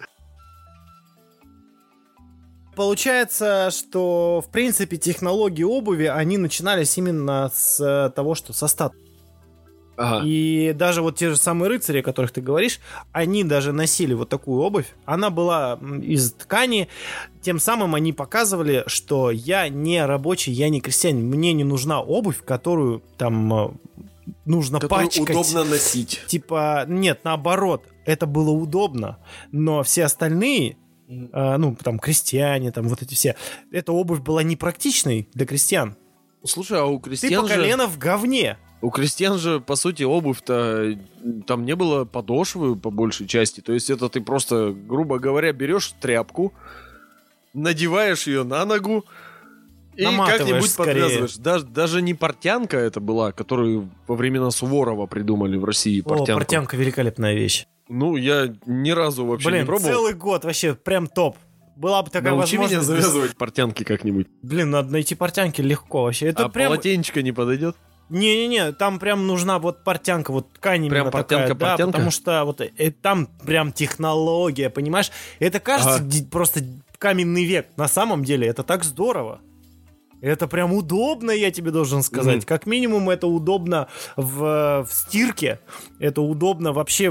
Получается, что, в принципе, технологии обуви, они начинались именно с того, что со статуса. Ага. И даже вот те же самые рыцари, о которых ты говоришь, они даже носили вот такую обувь. Она была из ткани. Тем самым они показывали, что я не рабочий, я не крестьянин. Мне не нужна обувь, которую там нужно которую пачкать. Удобно носить. Типа, нет, наоборот, это было удобно. Но все остальные, э, ну, там, крестьяне, там, вот эти все, эта обувь была непрактичной для крестьян. Слушай, а у крестьян Ты по же... колено в говне. У крестьян же, по сути, обувь-то там не было подошвы по большей части. То есть это ты просто, грубо говоря, берешь тряпку, надеваешь ее на ногу и как-нибудь подвязываешь. Даже, даже не портянка это была, которую во времена Суворова придумали в России. Портянку. О, портянка великолепная вещь. Ну, я ни разу вообще Блин, не пробовал. целый год вообще прям топ. Была бы такая Научи возможность. меня завязывать портянки как-нибудь. Блин, надо найти портянки легко вообще. Это а прям... полотенечко не подойдет? Не-не-не, там прям нужна вот портянка, вот ткань именно прям такая. портянка, да, портянка? потому что вот э, там прям технология, понимаешь? Это кажется Ага. ди- просто каменный век. На самом деле это так здорово. Это прям удобно, я тебе должен сказать. Мгм. Как минимум это удобно в, в стирке. Это удобно вообще...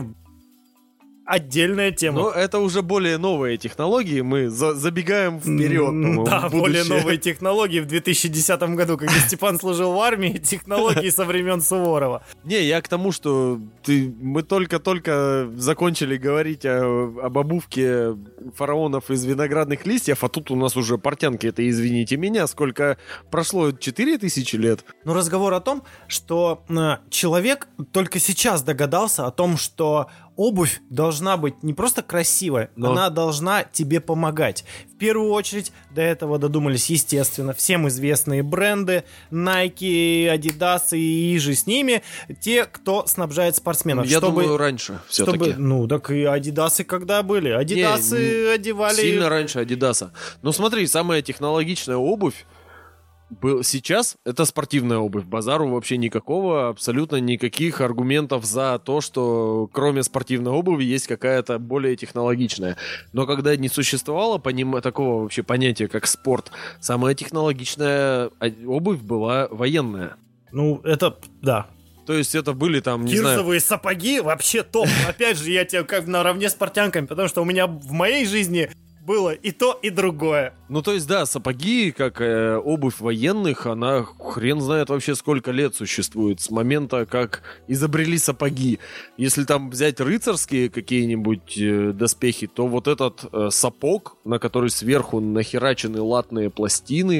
Отдельная тема. Но это уже более новые технологии, мы за- забегаем вперед. М, Да, более новые технологии в две тысячи десятом году, когда Степан служил в армии, технологии со времен Суворова. Не, я к тому, что ты, мы только-только закончили говорить о, об обувке фараонов из виноградных листьев, а тут у нас уже портянки, это, извините меня, сколько прошло, четыре тысячи лет? Но разговор о том, что э, человек только сейчас догадался о том, что обувь должна быть не просто красивой, Но. она должна тебе помогать. В первую очередь до этого додумались, естественно, всем известные бренды Nike, Adidas и же с ними, те, кто снабжает спортсменов. Я чтобы, думаю, раньше все-таки. чтобы, ну, так и Адидасы когда были? Адидасы Не, одевали... Сильно раньше Адидаса. Но смотри, самая технологичная обувь был сейчас это спортивная обувь. Базару вообще никакого, абсолютно никаких аргументов за то, что кроме спортивной обуви есть какая-то более технологичная. Но когда не существовало поним... такого вообще понятия, как спорт, самая технологичная обувь была военная. Ну, это, да. То есть это были там, не знаю... Кирзовые сапоги вообще топ. Опять же, я тебе как наравне с портянками, потому что у меня в моей жизни было и то, и другое. Ну, то есть, да, сапоги, как э, обувь военных, она хрен знает вообще сколько лет существует. С момента, как изобрели сапоги. Если там взять рыцарские какие-нибудь э, доспехи, то вот этот э, сапог, на который сверху нахерачены латные пластины,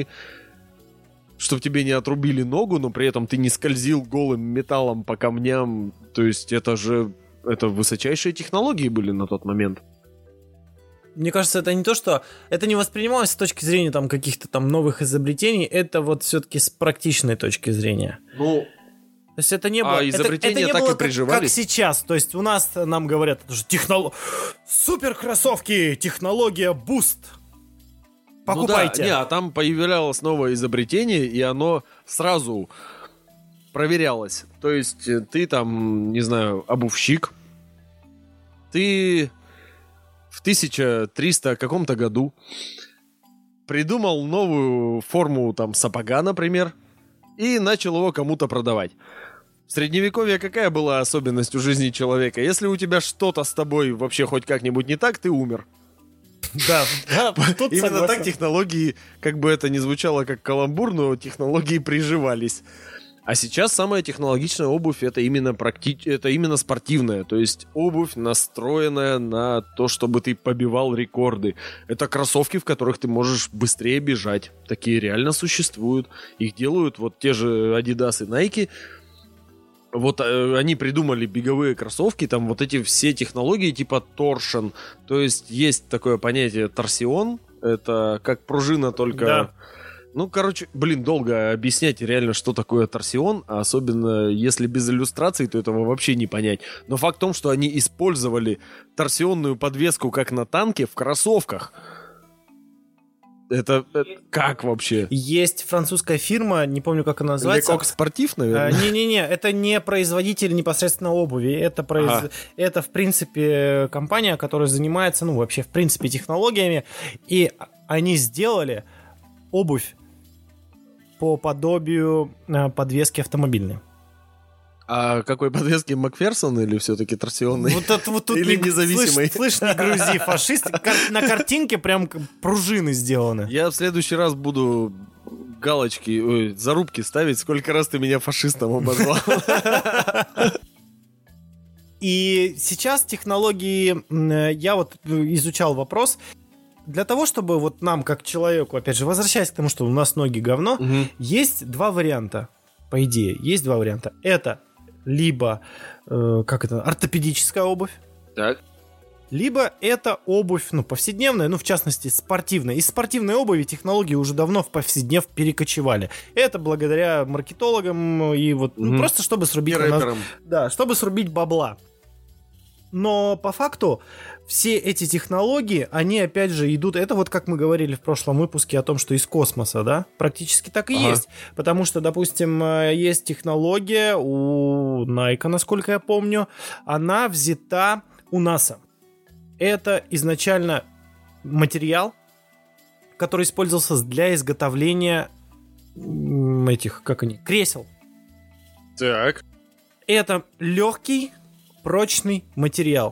чтобы тебе не отрубили ногу, но при этом ты не скользил голым металлом по камням. То есть, это же... Это высочайшие технологии были на тот момент. Мне кажется, это не то, что... Это не воспринималось с точки зрения там каких-то там новых изобретений, это вот все-таки с практичной точки зрения. Ну... То есть это не было... А изобретения это, это не так было и приживались? Как, как сейчас. То есть у нас нам говорят, это же технолог... Супер кроссовки, технология буст. Покупайте. Ну да, не, а там появлялось новое изобретение, и оно сразу проверялось. То есть ты там, не знаю, обувщик, ты... в тысяча триста каком-то году придумал новую форму там сапога, например, и начал его кому-то продавать. В средневековье какая была особенность у жизни человека? Если у тебя что-то с тобой вообще хоть как-нибудь не так, ты умер. Да, да, тут Именно согласен. так технологии, как бы это ни звучало как каламбур, но технологии приживались. А сейчас самая технологичная обувь это именно практи... это именно спортивная, то есть обувь, настроенная на то, чтобы ты побивал рекорды. Это кроссовки, в которых ты можешь быстрее бежать. Такие реально существуют. Их делают вот те же Adidas и Nike. Вот э, они придумали беговые кроссовки, там вот эти все технологии типа торшен. То есть есть такое понятие торсион. Это как пружина, только... Да. Ну, короче, блин, долго объяснять реально, что такое торсион. А особенно если без иллюстраций, то этого вообще не понять. Но факт в том, что они использовали торсионную подвеску как на танке в кроссовках. Это, это как вообще? Есть французская фирма, не помню, как она называется. Лекок Спортив, наверное? А, Не-не-не, это не производитель непосредственно обуви. Это, произ... Ага. это, в принципе, компания, которая занимается, ну, вообще, в принципе, технологиями. И они сделали обувь по подобию а, подвески автомобильной. А какой подвески, Макферсон или все-таки торсионный? Вот это вот тут Или не- независимый? Слышь, слышь, не грузи, фашист. Кар- на картинке прям к- пружины сделаны. Я в следующий раз буду галочки, ой, зарубки ставить, сколько раз ты меня фашистом обозвал. И сейчас технологии, м, я вот изучал вопрос, для того, чтобы вот нам, как человеку, опять же, возвращаясь к тому, что у нас ноги говно, Мгм. есть два варианта, по идее, есть два варианта. Это либо, э, как это, ортопедическая обувь, Так. либо это обувь, ну, повседневная, ну, в частности, спортивная. Из спортивной обуви технологии уже давно в повседнев перекочевали. Это благодаря маркетологам и вот, ну, Мгм. просто чтобы срубить... И на нас- рэперам. Да, чтобы срубить бабла. Но по факту все эти технологии, они опять же идут, это вот как мы говорили в прошлом выпуске о том, что из космоса, да, практически так и Ага. есть. Потому что, допустим, э, есть технология у Nike, насколько я помню, она взята у НАСА. Это изначально материал, который использовался для изготовления м, этих, как они, кресел. Так. Это легкий, прочный материал,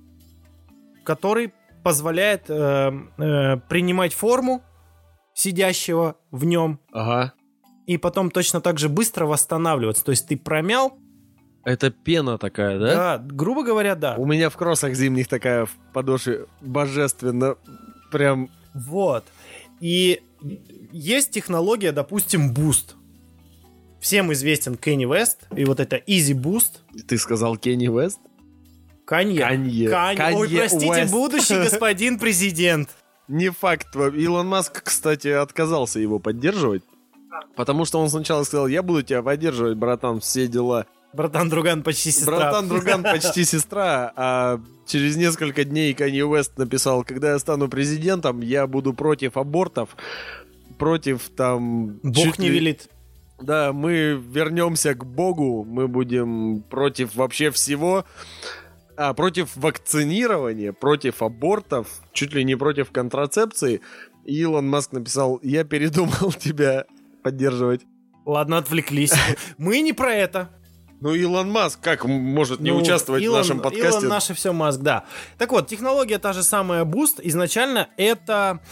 который позволяет э, э, принимать форму сидящего в нем Ага. и потом точно так же быстро восстанавливаться. То есть ты промял, Это пена такая, да? да, грубо говоря, да. У меня в кроссах зимних такая в подошве божественно. Прям... Вот. И есть технология, допустим, Boost. Всем известен Kanye West, и вот это Easy Boost. Ты сказал Кенни Уэст? Канье. Канье. Канье. Ой, Канье простите, Уэст. будущий господин президент. Не факт. Илон Маск, кстати, отказался его поддерживать. Потому что он сначала сказал, я буду тебя поддерживать, братан, все дела. Братан-друган, почти сестра. Братан-друган, почти сестра. А через несколько дней Канье Уэст написал, когда я стану президентом, я буду против абортов, против там... Бог чуть не ли- велит. Да, мы вернемся к Богу, мы будем против вообще всего. А, против вакцинирования, против абортов, чуть ли не против контрацепции. И Илон Маск написал, я передумал тебя поддерживать. Ладно, отвлеклись. Мы не про это. Ну, Илон Маск как м- может не Ну, участвовать Илон- в нашем подкасте? Илон наше все Маск, да. Так вот, технология та же самая Boost. Изначально это...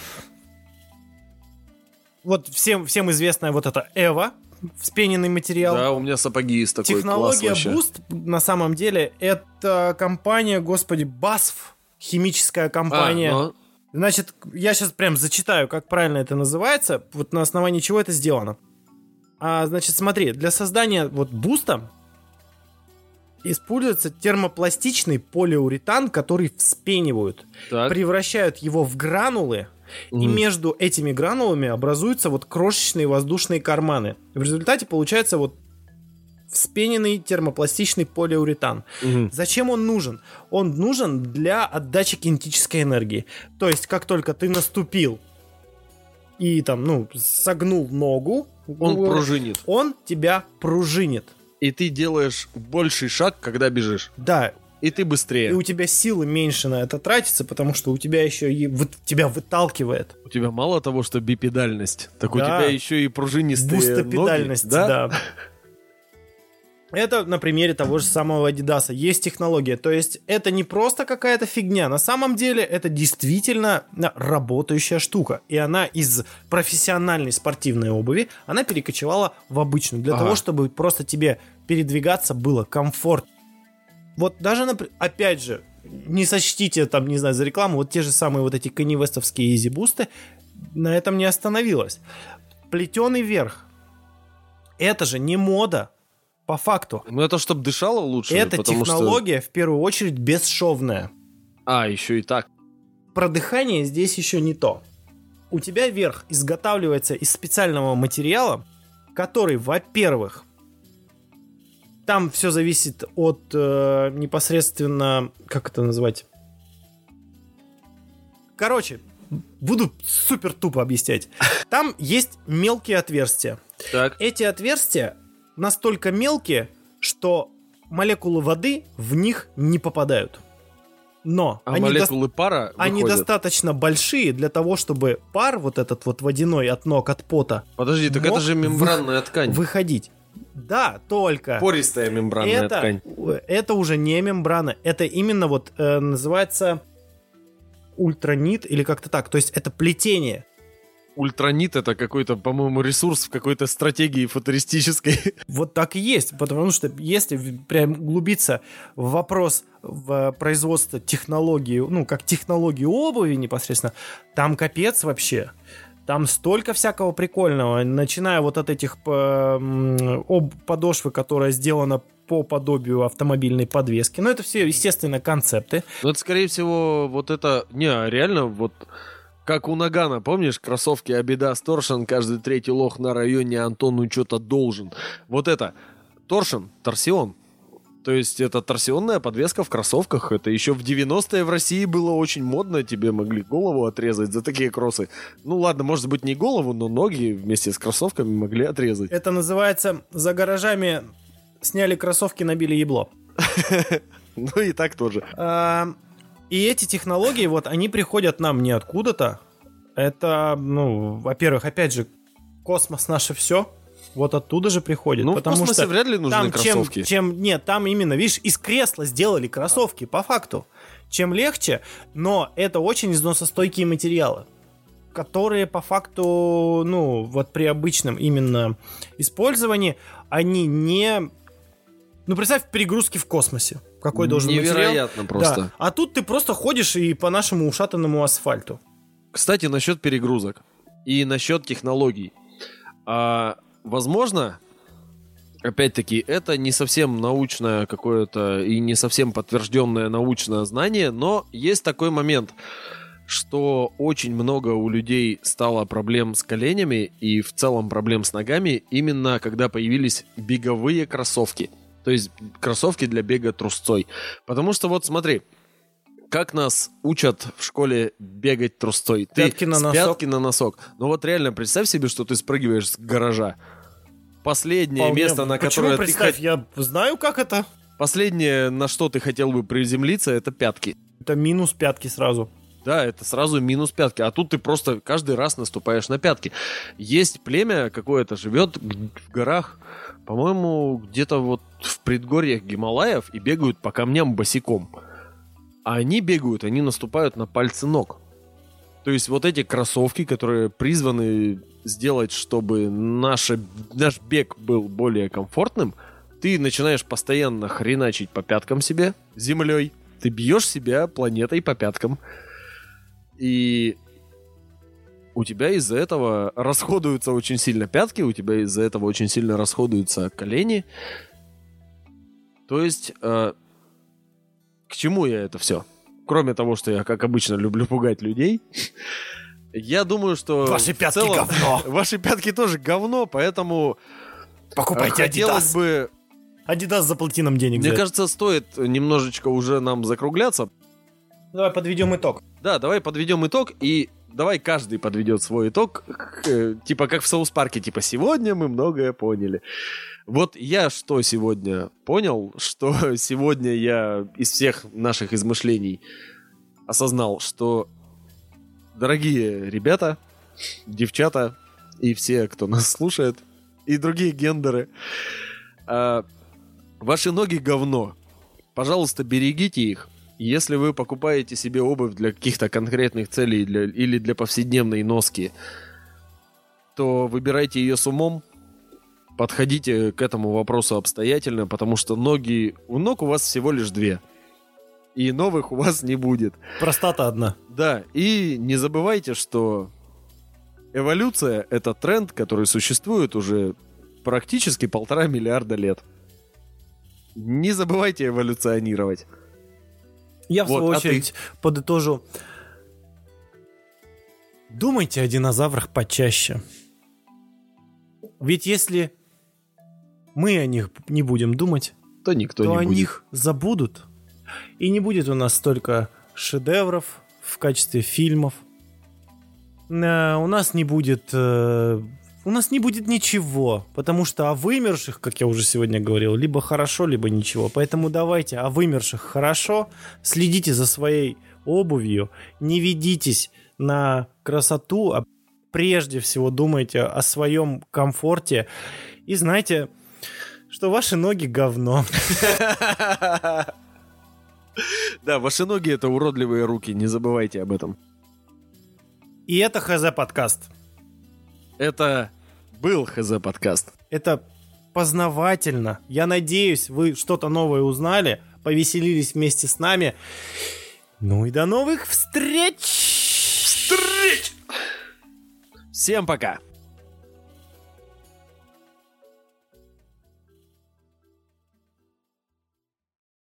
Вот всем, всем известная вот эта Эва, вспененный материал. Да, у меня сапоги из такой Технология класс вообще. Boost, на самом деле, это компания, господи, басф, химическая компания. А, ну, Значит, я сейчас прям зачитаю, как правильно это называется, вот на основании чего это сделано. А, значит, смотри, для создания вот буста используется термопластичный полиуретан, который вспенивают, так. превращают его в гранулы, и Мгм. между этими гранулами образуются вот крошечные воздушные карманы. В результате получается вот вспененный термопластичный полиуретан. Мгм. Зачем он нужен? Он нужен для отдачи кинетической энергии. То есть, как только ты наступил и там, ну, согнул ногу, Он ну, пружинит. он тебя пружинит. И ты делаешь больший шаг, когда бежишь. Да, И ты и быстрее. у тебя силы меньше на это тратится, потому что у тебя еще и вы- тебя выталкивает. У тебя мало того, что бипедальность, так у Да. тебя еще и пружинистые Бустопедальность, ноги, да? да. Это на примере того же самого Adidas. Есть технология. То есть это не просто какая-то фигня. На самом деле это действительно на, работающая штука. И она из профессиональной спортивной обуви, она перекочевала в обычную. Для Ага. того, чтобы просто тебе передвигаться было комфортно. Вот даже, напр- опять же, не сочтите там, не знаю, за рекламу, вот те же самые вот эти Kanye West'овские Easy Boost'ы, на этом не остановилась. Плетеный верх. Это же не мода. по факту. Ну это чтобы дышало лучше. Эта технология что... в первую очередь бесшовная. А, еще и так. Про дыхание здесь еще не то. У тебя верх изготавливается из специального материала, который, во-первых, там все зависит от э, непосредственно, как это назвать? Короче, буду супер тупо объяснять. Там есть мелкие отверстия. Так. Эти отверстия настолько мелкие, что молекулы воды в них не попадают. Но а они, молекулы до... пара они достаточно большие для того, чтобы пар, вот этот вот водяной от ног, от пота, подожди, так это же мембранная вы... ткань. Выходить. Да, только... Пористая мембранная это, ткань. Это уже не мембрана. Это именно вот э, называется ультранит или как-то так. То есть это плетение. Ультранит — это какой-то, по-моему, ресурс в какой-то стратегии футуристической. Вот так и есть, потому что если прям углубиться в вопрос в производство технологии, ну, как технологии обуви непосредственно, там капец вообще. Там столько всякого прикольного, начиная вот от этих э, об, подошвы, которая сделана по подобию автомобильной подвески. Но это все, естественно, концепты. Ну, это, скорее всего, вот это... Не, реально, вот... Как у Нагана, помнишь, кроссовки Adidas Torsion, каждый третий лох на районе Антону что-то должен. Вот это, Torsion, торсион. То есть это торсионная подвеска в кроссовках. Это еще в девяностые в России было очень модно. Тебе могли голову отрезать за такие кроссы. Ну ладно, может быть не голову, но ноги вместе с кроссовками могли отрезать. Это называется, за гаражами сняли кроссовки, набили ебло. Ну и так тоже. И эти технологии, вот, они приходят нам не откуда-то. Это, ну, во-первых, опять же, космос наше все. Вот оттуда же приходит. Ну, потому в космосе что вряд ли нужны там кроссовки. Чем, чем, нет, там именно, видишь, из кресла сделали кроссовки, по факту. Чем легче, но это очень износостойкие материалы, которые по факту, ну, вот при обычном именно использовании, они не... Ну, представь перегрузки в космосе. Какой должен быть материал. Невероятно просто. Да. А тут ты просто ходишь и по нашему ушатанному асфальту. Кстати, насчет перегрузок и насчет технологий. А, возможно, опять-таки, это не совсем научное какое-то и не совсем подтвержденное научное знание, но есть такой момент, что очень много у людей стало проблем с коленями и в целом проблем с ногами именно когда появились беговые кроссовки. То есть кроссовки для бега трусцой. Потому что вот смотри, как нас учат в школе бегать трусцой. Ты пятки на с носок. пятки на носок. Ну вот реально представь себе, что ты спрыгиваешь с гаража. Последнее Вполне. место, на Почему, которое представь, ты... я знаю, как это. Последнее, на что ты хотел бы приземлиться, это пятки. Это минус пятки сразу. Да, это сразу минус пятки. А тут ты просто каждый раз наступаешь на пятки. Есть племя какое-то, живет в горах, по-моему, где-то вот в предгорьях Гималаев и бегают по камням босиком. А они бегают, они наступают на пальцы ног. То есть вот эти кроссовки, которые призваны сделать, чтобы наше, наш бег был более комфортным, ты начинаешь постоянно хреначить по пяткам себе землей. Ты бьешь себя планетой по пяткам. И у тебя из-за этого расходуются очень сильно пятки, у тебя из-за этого очень сильно расходуются колени. То есть, э, к чему я это все? Кроме того, что я, как обычно, люблю пугать людей, я думаю, что... Ваши пятки целом, говно! Ваши пятки тоже говно, поэтому... Покупайте хотелось Adidas. бы... Adidas заплати нам денег. Мне за кажется, стоит немножечко уже нам закругляться. Давай подведем итог. Да, давай подведем итог, и давай каждый подведет свой итог, к, типа как в Саус-парке, типа сегодня мы многое поняли. Вот я что сегодня понял, что сегодня я из всех наших измышлений осознал, что, дорогие ребята, девчата и все, кто нас слушает, и другие гендеры, э, ваши ноги говно. Пожалуйста, берегите их. Если вы покупаете себе обувь для каких-то конкретных целей для, или для повседневной носки, то выбирайте ее с умом, подходите к этому вопросу обстоятельно, потому что ноги, у ног у вас всего лишь две, и новых у вас не будет. Простота одна. Да, и не забывайте, что эволюция — это тренд, который существует уже практически полтора миллиарда лет. Не забывайте эволюционировать. Я, в Вот, свою а очередь, подытожу. Думайте о динозаврах почаще. Ведь если мы о них не будем думать, То никто то не о будет. них забудут. И не будет у нас столько шедевров в качестве фильмов. Э, У нас не будет... э, У нас не будет ничего, потому что о вымерших, как я уже сегодня говорил, либо хорошо, либо ничего. Поэтому давайте о вымерших хорошо, следите за своей обувью, не ведитесь на красоту, а прежде всего думайте о своем комфорте и знайте, что ваши ноги говно. Да, ваши ноги — это уродливые руки, не забывайте об этом. И это ХЗ подкаст. Это был ХЗ подкаст. Это познавательно. Я надеюсь, вы что-то новое узнали, повеселились вместе с нами. Ну и до новых встреч! Встреч! Всем пока!